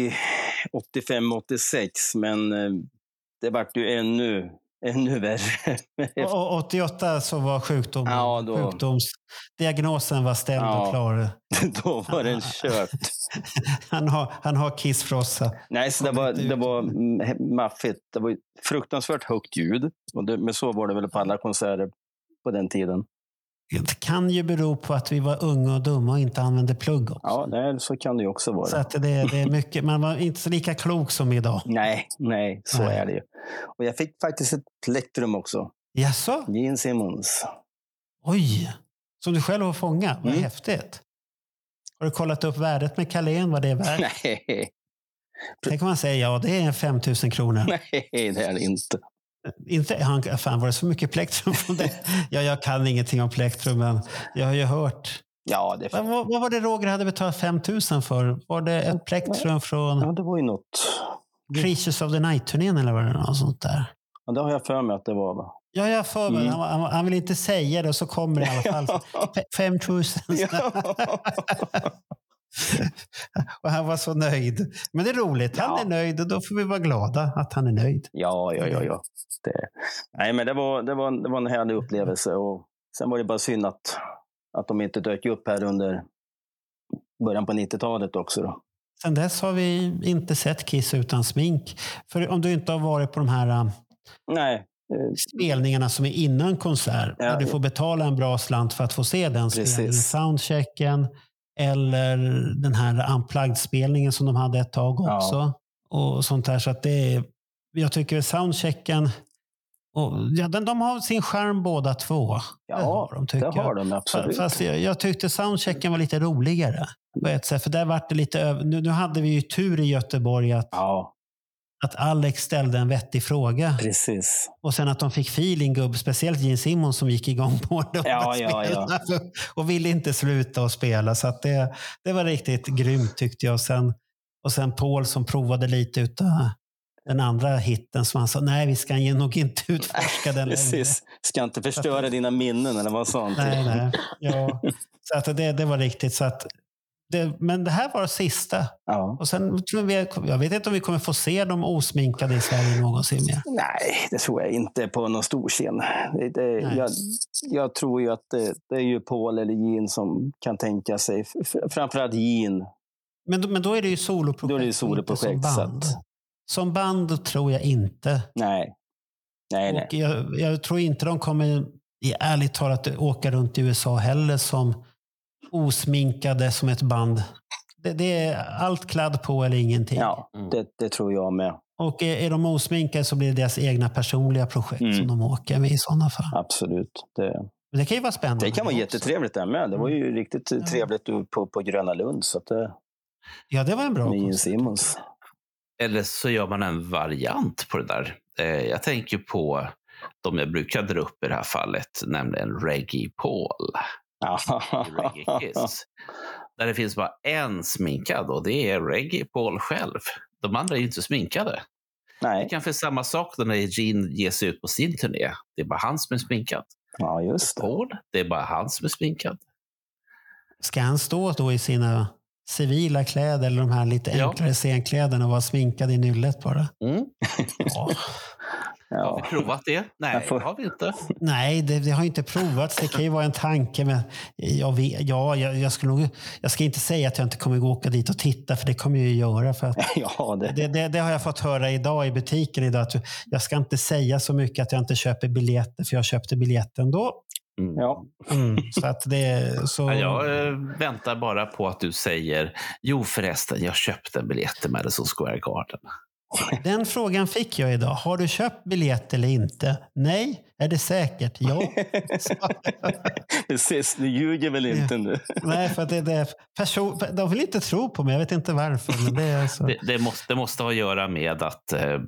85-86, men det vart ju ännu värre. Och 88 så var sjukdomsdiagnosen var ställd och klar. Då var den kört. Han har kissfrossa. Nej, så det var maffigt. Det var fruktansvärt högt ljud. Men så var det väl på alla konserter på den tiden. Det kan ju bero på att vi var unga och dumma och inte använde plugg också. Ja, nej, så kan det ju också vara. Så att det är mycket, man var inte så lika klok som idag. Nej, så är det ju. Och jag fick faktiskt ett plektrum också. Jaså? Gene Simmons. Oj, som du själv har fångat. Vad häftigt. Har du kollat upp värdet med Carlén, vad det är värt? Nej. Tänk om man säger, ja det är 5 000 kronor. Nej, det är det inte. Fan, var det så mycket plektrum från det? Jag kan ingenting om plektrum, men jag har ju hört. Ja, vad var det Roger hade betalat 5 000 för? Var det ett plektrum från... Ja, det var ju något. Creatures of the Night-turnén eller vad det något sånt där? Ja, det har jag för mig att det var, va? Ja, jag för mig. Han vill inte säga det och så kommer det i alla fall. 5 000. Och han var så nöjd. Men det är roligt. Han är nöjd och då får vi vara glada att han är nöjd. Ja. Nej, men det var en härlig upplevelse. Och sen var det bara synd att de inte dök upp här under början på 90-talet också då. Sen dess har vi inte sett Kiss utan smink. För om du inte har varit på de här spelningarna som är innan konsert, där du får betala en bra slant för att få se den spelningen. Soundchecken eller den här unplugged-spelningen som de hade ett tag också. Och sånt där. Så att jag tycker soundchecken de har sin charm båda två. Ja, det har de absolut. Fast jag tyckte soundchecken var lite roligare på ett sätt. För där var det lite nu hade vi ju tur i Göteborg att Alex ställde en vettig fråga. Precis. Och sen att de fick feeling, speciellt Gene Simmons som gick igång på det. Och ville inte sluta att spela. Så att det var riktigt grymt tyckte jag. Och sen Paul som provade lite utav den andra hitten som han sa, nej vi ska nog inte utforska den Precis. Längre. Ska inte förstöra dina minnen eller vad sånt. Nej. Ja. Så att det var riktigt. Så att men det här var det sista. Ja. Och sen jag vet inte om vi kommer få se dem osminkade i Sverige någonsin mer. Nej, det tror jag inte på någon stor scen. Jag tror ju att det är ju Paul eller Gene som kan tänka sig. Framförallt Gene. Men då är det ju soloprojekt. Då är det ju soloprojekt. Som band tror jag inte. Nej. Och jag tror inte de kommer ärligt talat åka runt i USA heller som osminkade som ett band. Det är allt kladd på eller ingenting. Ja, det tror jag med. Och är de osminkade så blir det deras egna personliga projekt som de åker med i sådana fall. Absolut. Men det kan ju vara spännande. Det kan vara jättetrevligt där med. Det var ju riktigt trevligt på Gröna Lund. Så att det var en bra Simmons. Eller så gör man en variant på det där. Jag tänker på de jag brukar dra upp i det här fallet, nämligen Reggae Paul. Reggae Kiss. Där det finns bara en sminkad och det är Reggae Paul själv. De andra är ju inte sminkade. Nej. Det kan för samma sak när Gene ger sig ut på sin turné. Det är bara han som är sminkad. Ja, just det. Paul, det är bara han som är sminkad. Ska han stå då i sina civila kläder eller de här lite enklare scenkläderna och vara sminkad i nyllet bara. Har vi provat det? Nej, det har vi inte. Nej, det har inte provats. Det kan ju vara en tanke. Men jag ska inte säga att jag inte kommer gå åka dit och titta, för det kommer jag ju göra. För att det har jag fått höra idag i butiken idag. Att jag ska inte säga så mycket att jag inte köper biljetter, för jag köpte biljetten då. Så att jag väntar bara på att du säger förresten, jag köpte en biljett till Madison Square Garden. Den frågan fick jag idag. Har du köpt biljett eller inte? Nej. Är det säkert? Ja. Precis, du ljuger väl inte nu? Nej, för att de vill inte tro på mig. Jag vet inte varför. Men det är så. Det måste ha att göra med att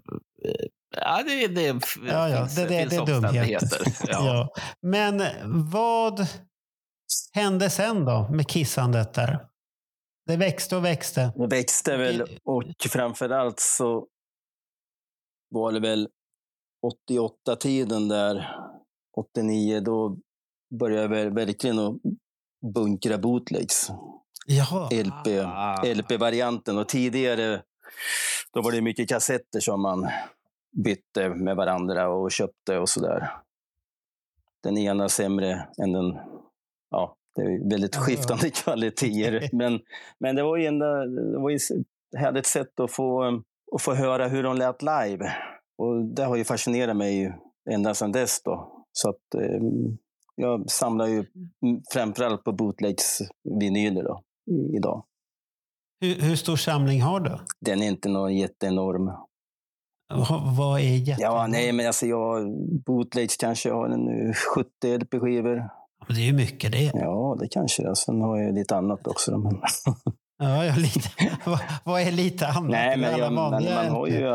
det är dumheter. Ja. Men vad hände sen då med kissandet där? Det växte och växte. Det växte väl, och framförallt så var det väl 88-tiden där, 89, då började jag väl verkligen att bunkra bootlegs. Jaha. LP-varianten, och tidigare då var det mycket kassetter som man bytte med varandra och köpte och sådär. Den ena sämre än den, det är väldigt skiftande kvaliteter. Men det var ju hade ett sätt att få höra hur de lät live. Och det har ju fascinerat mig ända sedan dess då. Så att jag samlar ju framförallt på bootlegs vinyler då, idag. Hur stor samling har du? Den är inte någon jätteenorm. Vad är jätteenorm? Nej, men alltså bootlegs kanske har en 70 LP-skivor. Det är ju mycket det. Ja, det kanske det. Sen har jag lite annat också. Men... Ja, lite. Vad är lite annat? Nej, men man har ju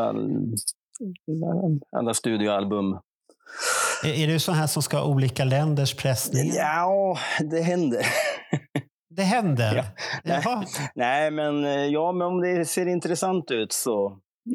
alla studioalbum. Är det så här som ska ha olika länders pressningar? Ja, det händer. Det händer? Ja. Nej, men om det ser intressant ut så...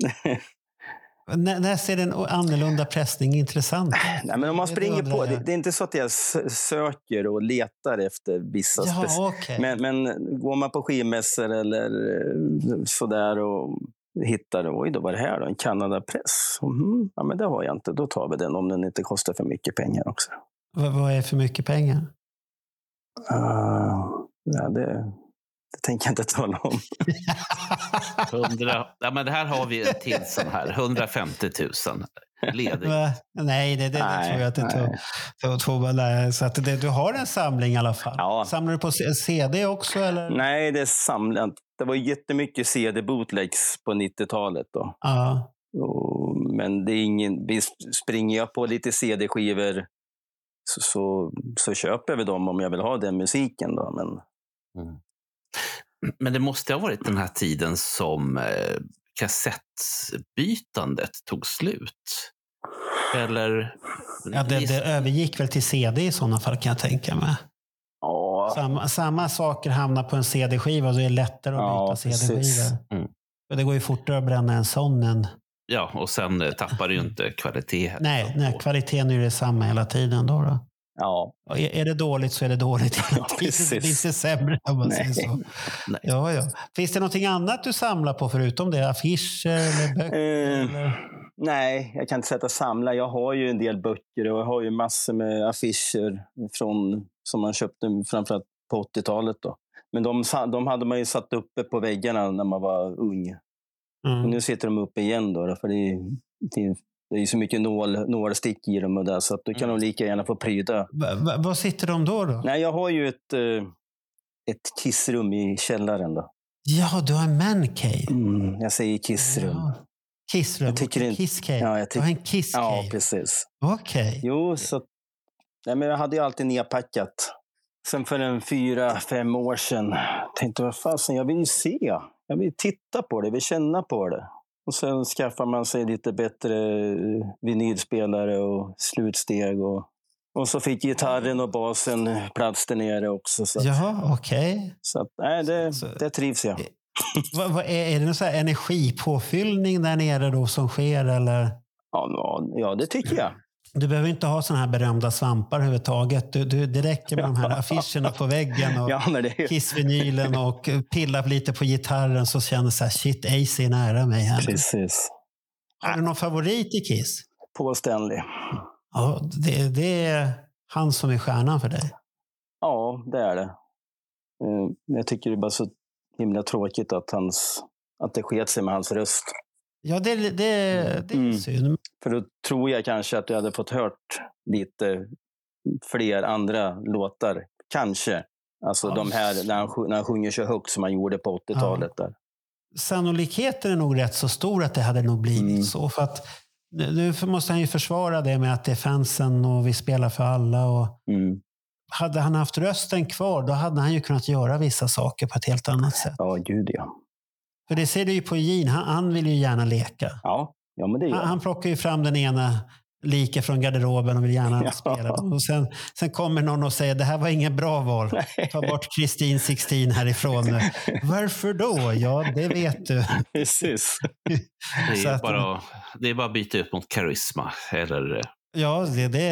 När ser en annorlunda pressning intressant? Nej, men om man springer på, det är inte så att jag söker och letar efter vissa men går man på skivmässor eller sådär och hittar, oj då var det här då, en Kanada-press. Ja, men det har jag inte, då tar vi den om den inte kostar för mycket pengar också. Vad är för mycket pengar? Det tänker jag inte tala om. 100, men det här har vi en till sån här. 150 000 ledig. Nej, det tror jag att det tog. Så att du har en samling i alla fall. Ja. Samlar du på CD också? Eller? Nej, det är samlat. Det var jättemycket CD-bootlegs på 90-talet då. Ja. Men det är visst, springer jag på lite CD-skivor så köper vi dem om jag vill ha den musiken då. Men det måste ha varit den här tiden som kassettbytandet tog slut. Eller? Ja, det övergick väl till CD i sådana fall, kan jag tänka mig. Ja. Samma saker hamnar på en CD-skiva, och det är lättare att byta CD-skivor. Och det går ju fortare att bränna en sån än... Ja, och sen tappar du ju inte kvalitet. Nej, kvaliteten är ju detsamma hela tiden då. Ja. Är det dåligt så är det dåligt. Det är inte sämre om man säger så. Nej. Ja. Finns det någonting annat du samlar på förutom det? Affischer eller böcker? Eller? Nej, jag kan inte sätta samla. Jag har ju en del böcker och jag har ju massor med affischer som man köpte framförallt på 80-talet då. Men de hade man ju satt uppe på väggarna när man var ung. Och nu sitter de uppe igen då, för det är ju så mycket nålstick i dem och där, så att då kan de lika gärna få pryda. Vad sitter de då? Nej, jag har ju ett kissrum i källaren då. Ja, du har en mancave. Jag säger kissrum. Ja. Kissrum? Jag tycker kisscave? Ja, du har en kisscave? Ja, precis. Okej. Jo, så... Nej, men jag hade ju alltid nedpackat. Sen för 4-5 år sedan tänkte jag, vad fasen, jag vill ju se. Jag vill titta på det, jag vill känna på det. Och sen skaffar man sig lite bättre vinylspelare och slutsteg. Och så fick gitarren och basen plats där nere också. Så jaha, okej. Så att, nej, det trivs jag. Är det någon sån här energipåfyllning där nere då som sker? Eller? Ja, det tycker jag. Du behöver inte ha såna här berömda svampar överhuvudtaget. Det räcker med de här affischerna på väggen och Kiss-vinylen och pilla lite på gitarren så känner så här, shit, Ace är nära mig här. Precis. Har du någon favorit i Kiss? Paul Stanley. Ja, det är han som är stjärnan för dig. Ja, det är det. Jag tycker det är bara så himla tråkigt att det sket sig med hans röst. Ja, det är synd. För då tror jag kanske att du hade fått hört lite fler andra låtar. Kanske. Alltså de här när han sjunger så högt som han gjorde på 80-talet. Där. Sannolikheten är nog rätt så stor att det hade nog blivit så. För att nu måste han ju försvara det med att det är fansen och vi spelar för alla. Och hade han haft rösten kvar, då hade han ju kunnat göra vissa saker på ett helt annat sätt. Ja, gud ja. För det ser du ju på Gene, han vill ju gärna leka. Ja men det gör han plockar ju fram den ena lika från garderoben och vill gärna spela. Och sen kommer någon och säger, det här var ingen bra val. Ta bort Christine 16 härifrån nu. Varför då? Ja, det vet du. Precis. Det är bara att byta ut mot karisma. Eller... Ja,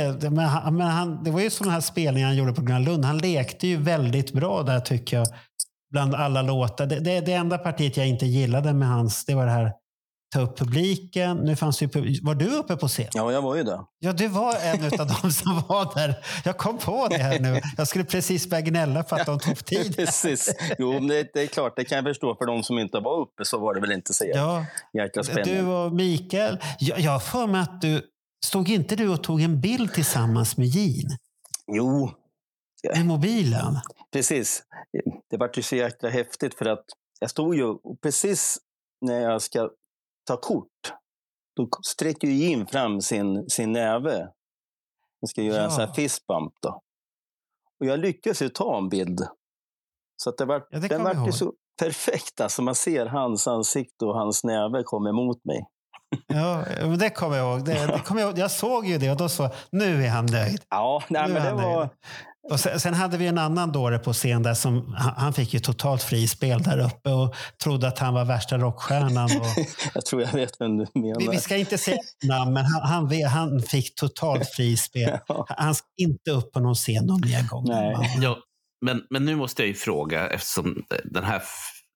det var ju sådana här spelningar han gjorde på Gröna Lund. Han lekte ju väldigt bra där tycker jag. Bland alla låtar. Det enda partiet jag inte gillade med hans, det var det här ta upp publiken. Nu fanns ju var du uppe på scen? Ja, jag var ju där. Ja, du var en av dem som var där. Jag kom på det här nu. Jag skulle precis börja gnälla för att de tog tid. Precis. Jo, det är klart. Det kan jag förstå. För de som inte var uppe så var det väl inte så jäkla spännande. Du och Mikael. Jag för mig att stod inte du och tog en bild tillsammans med Gene? Jo. Med mobilen? Precis. Det var ju så jäkla häftigt för att jag stod ju precis när jag ska ta kort. Då sträcker ju in fram sin näve. Jag ska göra en sån här fistbump då. Och jag lyckas ju ta en bild. Så att den var ju så perfekt. Alltså man ser hans ansikte och hans näve kommer emot mig. Ja, men det kommer jag ihåg. Det kommer jag ihåg. Jag såg ju det och då så, nu är han nöjd. Ja, nej, men det var... Och sen hade vi en annan dåre på scen där som han fick ju totalt frispel där uppe och trodde att han var värsta rockstjärnan. Och... jag tror jag vet vem du menar. Vi ska inte säga namn, men han fick totalt frispel. Han ska inte upp på någon scen någon mer gång. Ja, men nu måste jag ju fråga, eftersom den här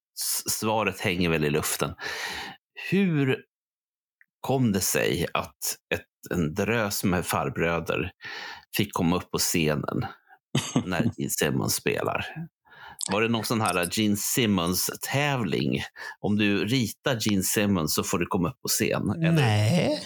svaret hänger väl i luften. Hur kom det sig att en drös med farbröder fick komma upp på scenen när Gene Simmons spelar? Var det någon sån här Gene Simmons-tävling? Om du ritar Gene Simmons så får du komma upp på scen? Eller? Nej,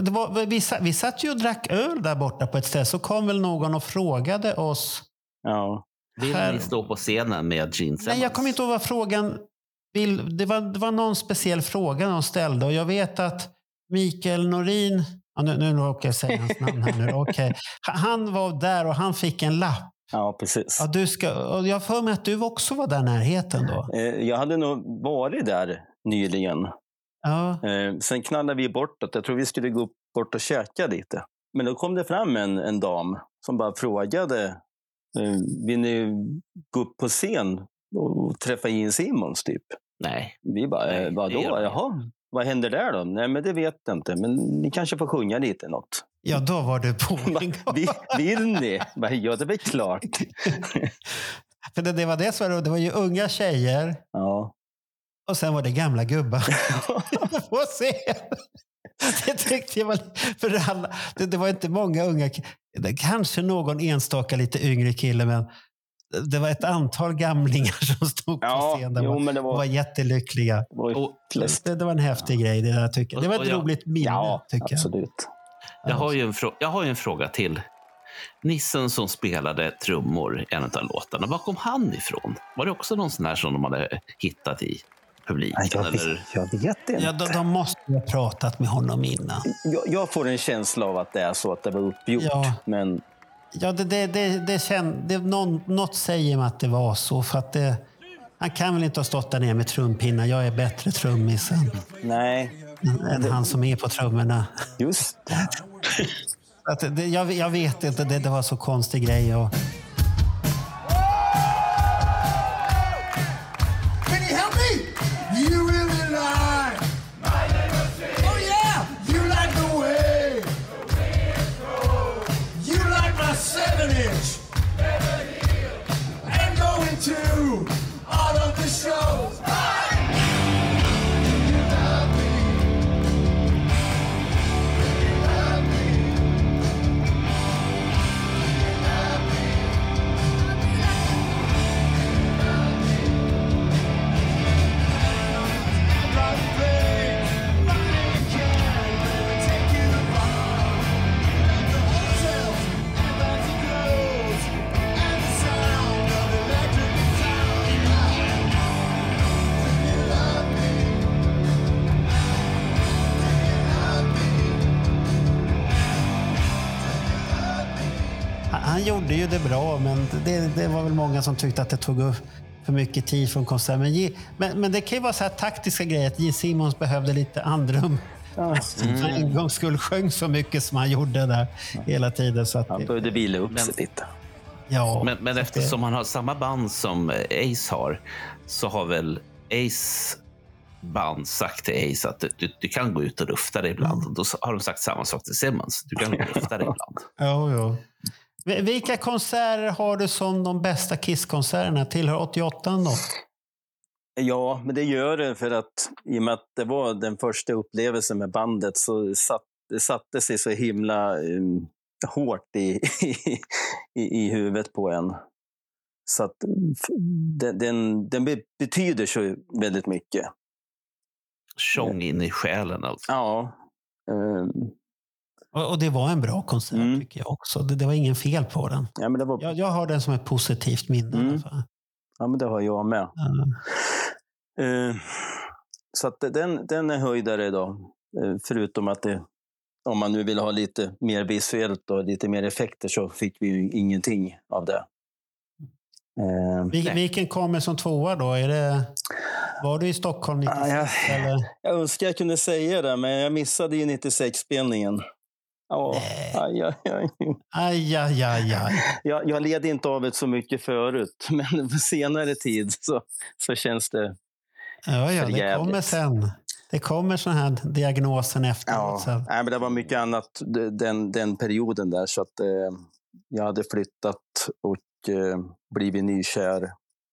vi satt ju och drack öl där borta på ett ställe. Så kom väl någon och frågade oss. Ja. Vill ni stå på scenen med Gene Simmons? Nej, jag kommer inte ihåg vad frågan... Det var någon speciell fråga de ställde. Och jag vet att Mikael Norin... Ja, nu råkar jag säga hans namn här nu. Okay. Han var där och han fick en lapp. Ja, precis. Ja, jag för mig att du också var där närheten då. Jag hade nog varit där nyligen. Ja. Sen knallade vi bort att jag tror vi skulle gå bort och käka lite. Men då kom det fram en dam som bara frågade, vill ni gå upp på scen och träffa Gene Simmons typ? Nej. Vi bara, vadå? Jaha. Vad händer där då? Nej, men det vet jag inte. Men ni kanske får sjunga lite något. Ja, då var du på. Vill ni? Ja, det är väl klart. För det var det så det var ju unga tjejer. Ja. Och sen var det gamla gubbar. Få se. Det tyckte jag var... För alla, det var inte många unga... Kanske någon enstaka lite yngre kille, men... Det var ett antal gamlingar som stod på scen. Det var jättelyckliga. Det var en häftig grej, det jag tycker. Det var ett roligt minne, tycker jag. Absolut. Jag har ju en fråga till. Nissen som spelade trummor i en av låtarna, var kom han ifrån? Var det också någon sån här som de hade hittat i publiken? Jag vet inte. Ja, de måste ha pratat med honom innan. Jag får en känsla av att det är så att det var uppgjort. Ja. Men... Ja, något säger mig att det var så. För att han kan väl inte ha stått där nere med trumpinnar. Jag är bättre trummisen. Nej. Än han som är på trummorna. Just det. Jag vet inte, det var så konstig grej. Och... Can you help me? You really like. Oh yeah, you like the way. Carnage. And going to all of the shows. Han gjorde ju det bra, men det var väl många som tyckte att det tog upp för mycket tid från konserten. Men det kan ju vara så här taktiska grejer att Gene Simmons behövde lite andrum. För en gång skulle sjöngs så mycket som han gjorde där hela tiden. Så att han behövde vila upp sig lite. Ja, men eftersom han har samma band som Ace har, så har väl Ace band sagt till Ace att du kan gå ut och lufta dig ibland. Då har de sagt samma sak till Simmons. Du kan gå och lufta dig ibland. Ja. Vilka konserter har du som de bästa Kiss-konserterna? Tillhör 88 då? Ja, men det gör det för att i och med att det var den första upplevelsen med bandet så det satte sig så himla hårt i huvudet på en. Så att den betyder så väldigt mycket. Tjong in i själen alltså. Ja. Och det var en bra konsert tycker jag också. Det var ingen fel på den. Ja, men det var... jag har den som ett positivt minne. Ja, men det har jag med. Så att den är höjdare då. Förutom att om man nu vill ha lite mer visuellt och lite mer effekter så fick vi ju ingenting av det. Vilken kommer som tvåa då? Var du i Stockholm 96? Eller? Jag önskar jag kunde säga det, men jag missade ju 96-spelningen. Jag led inte av det så mycket förut, men på senare tid så känns det det kommer sen. Det kommer sån här diagnosen efteråt. Ja, nej, men det var mycket annat den perioden där, så att jag hade flyttat och blivit nykär.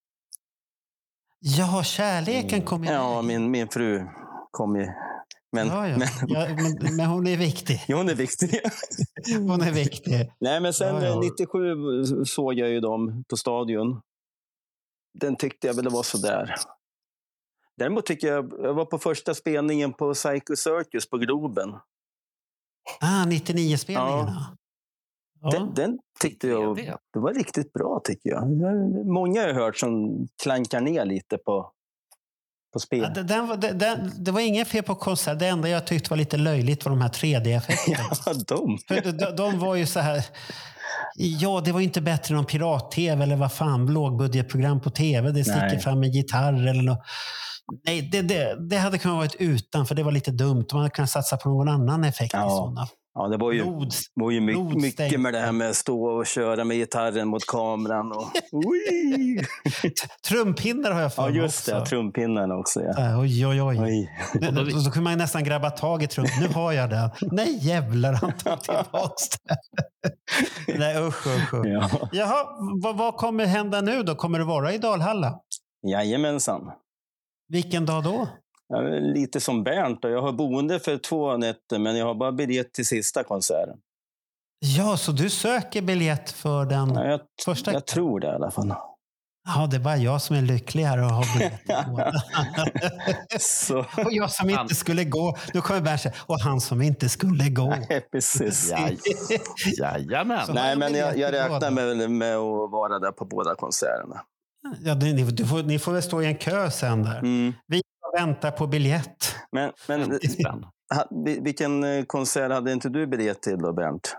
Ja, kärleken kom in. Ja, min fru kom ju. Men hon är viktig. Ja, hon är viktig. Hon är viktig. Nej, men sen 97 såg jag ju dem på stadion. Den tyckte jag väl var så där. Däremot tycker jag var på första spelningen på Psycho Circus på Globen. 99-spelningen. Ja. Den tyckte jag det var riktigt bra, tycker jag. Många har hört som klankar ner lite på spel. Det var ingen fel på konsert. Det enda jag tyckte var lite löjligt var de här 3D-effekterna. Ja, de var ju så här... Ja, det var inte bättre än någon pirat-tv eller vad fan, lågbudgetprogram på tv. Det sticker fram en gitarr eller något. Nej, det hade kunnat varit utan, för det var lite dumt. Man hade kunnat satsa på någon annan effekt i sådana. Ja, det var ju mycket med det här med att stå och köra med gitarren mot kameran. Och... Trumpinnar har jag för mig. Ja, just det. Trumpinnarna också. Ja. Oj. Då kunde man nästan grabba tag i trump. Nu har jag den. Nej, jävlar, han tog tillbaka det. Nej, usch. Ja. Jaha, vad kommer hända nu då? Kommer det vara i Dalhalla? Jajamensan. Vilken dag då? Ja, lite som Bernt. Jag har boende för 2 nätter, men jag har bara biljett till sista konserten. Ja, så du söker biljett för den första? Jag tror det i alla fall. Ja, det är bara jag som är lycklig här och har biljett. Och jag som inte skulle gå. Nu kommer Bernt säga, och han som inte skulle gå. Nej, precis. Jajamän. Nej, men jag räknar med att vara där på båda konserterna. Ja, ni får väl stå i en kö sen där. Vi väntar på biljett. Men vilken konsert hade inte du biljett till då, Bernt?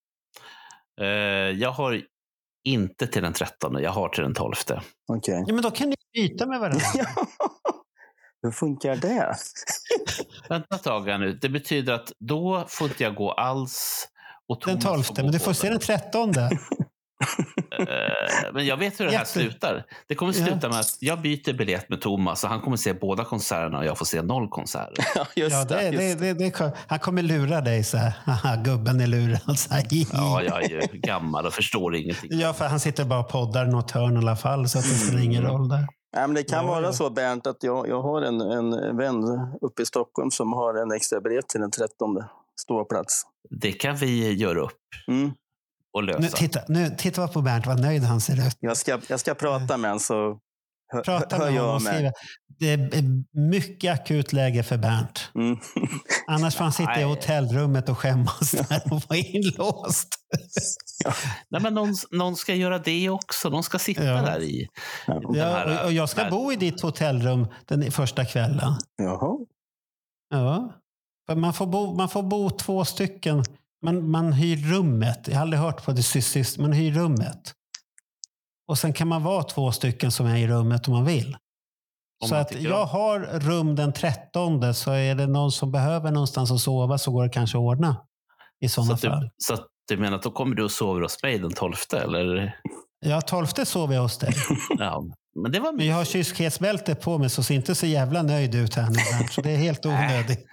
Jag har inte till den 13, jag har till den 12. Okej. Ja, men då kan ni byta med varandra. Hur funkar det? Vänta ett tag nu. Det betyder att då får inte jag gå alls. Och den 12, men du får se den 13. Men jag vet hur det här slutar. Det kommer sluta med att jag byter biljett med Thomas och han kommer se båda konserterna och jag får se 0 konserter. Han kommer lura dig så här. Haha, gubben är lurad. Så här. Ja, jag är ju gammal och förstår ingenting. Ja, för han sitter bara och poddar något hörn i alla fall, så att det spelar ingen roll där. Ja, men det kan vara så, Bernt, att jag har en vän uppe i Stockholm som har en extra biljett till den 13:e ståplats. Det kan vi göra upp och lösa. Titta på Bernt, vad nöjd han ser ut. Jag ska prata med honom, så hör jag och med. Det är mycket akut läge för Bernt. Annars får han sitta i hotellrummet och skämmas där och vara inlåst. Nej, men någon ska göra det också. Någon ska sitta där i. Och jag ska bo i ditt hotellrum den första kvällen. Jaha. Ja. För man får bo 2 stycken. Man hyr rummet. Jag har aldrig hört på det sist. Man hyr rummet. Och sen kan man vara 2 stycken som är i rummet om man vill. Så att jag har rum den 13:e, så är det någon som behöver någonstans att sova, så går det kanske att ordna i sådana fall. Så att du menar att då kommer du och sover hos mig den 12:e, eller? Ja, 12:e sover jag hos dig. Ja, men det var men jag har kyskhetsbälte på mig, så ser inte så jävla nöjd ut här nu. Så det är helt onödigt.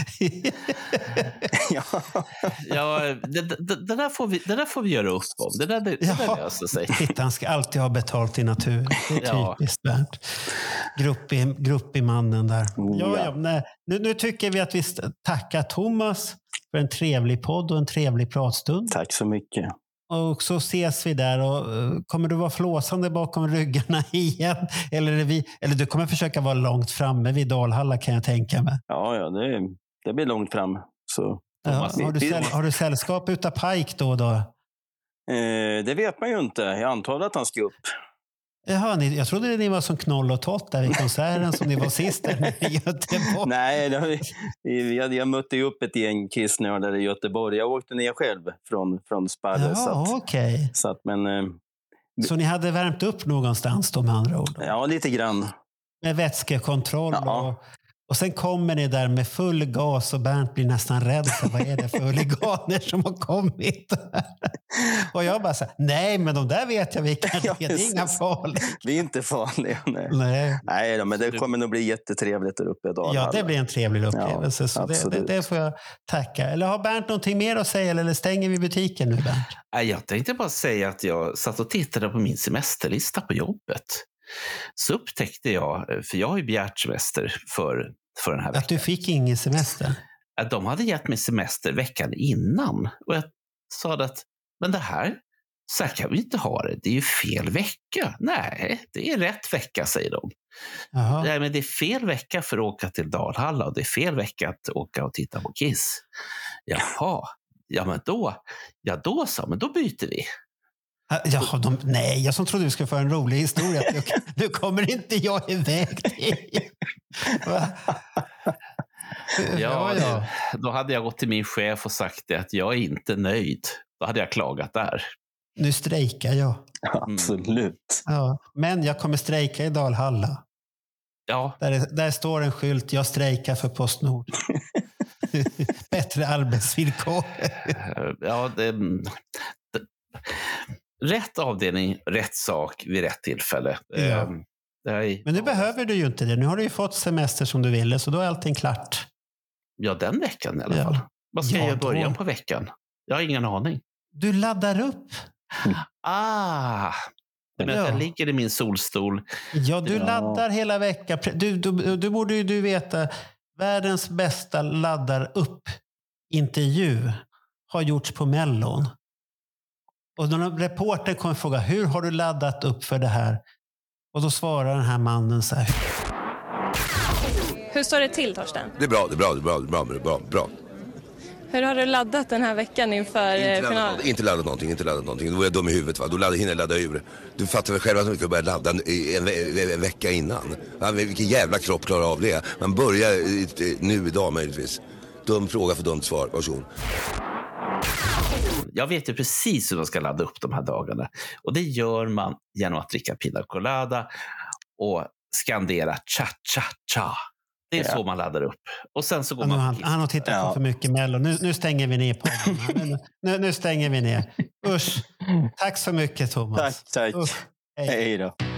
Det där får vi göra upp om. Det där löser sig. Titta, han ska alltid ha betalt i natur. Det är typiskt Bernt. Grupp i mannen där. Nu tycker vi att vi tackar Thomas för en trevlig podd och en trevlig pratstund. Tack så mycket. Och så ses vi där, och kommer du vara flåsande bakom ryggarna igen? Eller du kommer försöka vara långt framme vid Dalhalla, kan jag tänka mig. Ja, det blir långt fram. Så. Har du sällskap utav Pike då? Det vet man ju inte. Jag antar att han ska upp. Jaha, jag trodde ni var som Knoll och Tott där vid konserten som ni var sist i Göteborg. Nej, jag mötte ju upp ett gäng kissnördar i Göteborg. Jag åkte ner själv från Sparre. Ja, okej. Så ni hade värmt upp någonstans då, med andra ord? Ja, lite grann. Med vätskekontroll och sen kommer ni där med full gas och Bernt blir nästan rädd för vad är det för huliganer som har kommit. Och jag bara så här, nej, men de där vet jag vilka det är inga farliga. Vi är inte farliga, nej, men det kommer nog bli jättetrevligt där uppe i Dalhalla. Ja, det blir en trevlig upplevelse, så det får jag tacka. Eller har Bernt någonting mer att säga, eller stänger vi butiken nu, Bernt? Jag tänkte bara säga att jag satt och tittade på min semesterlista på jobbet. Så upptäckte jag, för jag har ju begärt semester för den här veckan. Att du fick ingen semester? Att de hade gett mig semester veckan innan. Och jag sa att, men så här kan vi inte ha det. Det är ju fel vecka. Nej, det är rätt vecka, säger de. Nej, men det är fel vecka för att åka till Dalhalla och det är fel vecka att åka och titta på Kiss. Jaha, men då byter vi. Nej, jag som trodde du skulle få en rolig historia. Nu kommer inte jag iväg till. Då hade jag gått till min chef och sagt det, att jag är inte nöjd. Då hade jag klagat där. Nu strejkar jag. Absolut. Ja, men jag kommer strejka i Dalhalla. Ja. Där står en skylt, jag strejkar för Postnord. Bättre arbetsvillkor. Rätt avdelning, rätt sak vid rätt tillfälle. Ja. Men nu behöver du ju inte det. Nu har du ju fått semester som du ville, så då är allting klart. Ja, den veckan i alla fall. Vad ska jag göra i början på veckan? Jag har ingen aning. Du laddar upp. Jag ligger i min solstol. Ja, du laddar hela veckan. Du borde ju veta, världens bästa laddar upp intervju har gjorts på Mellon. Och när reportern kommer fråga, hur har du laddat upp för det här? Och då svarar den här mannen så här. Hur står det till, Torsten? Det är bra. Hur har du laddat den här veckan inför finalen? Inte laddat någonting. Då är jag dum i huvudet, va? Då hinner jag ladda ur. Du fattar väl själv att man ska börja ladda en vecka innan. Vilken jävla kropp klarar av det? Man börjar nu idag möjligtvis. Dum fråga för dumt svar. Varsågod. Jag vet ju precis hur man ska ladda upp de här dagarna. Och det gör man genom att dricka pina colada och skandera cha-cha-cha. Det är så man laddar upp. Och sen så går man... Han har tittat på för mycket Mello. Nu stänger vi ner podden. Nu stänger vi ner. Usch. Tack så mycket, Thomas. Tack. Hej. Hej då.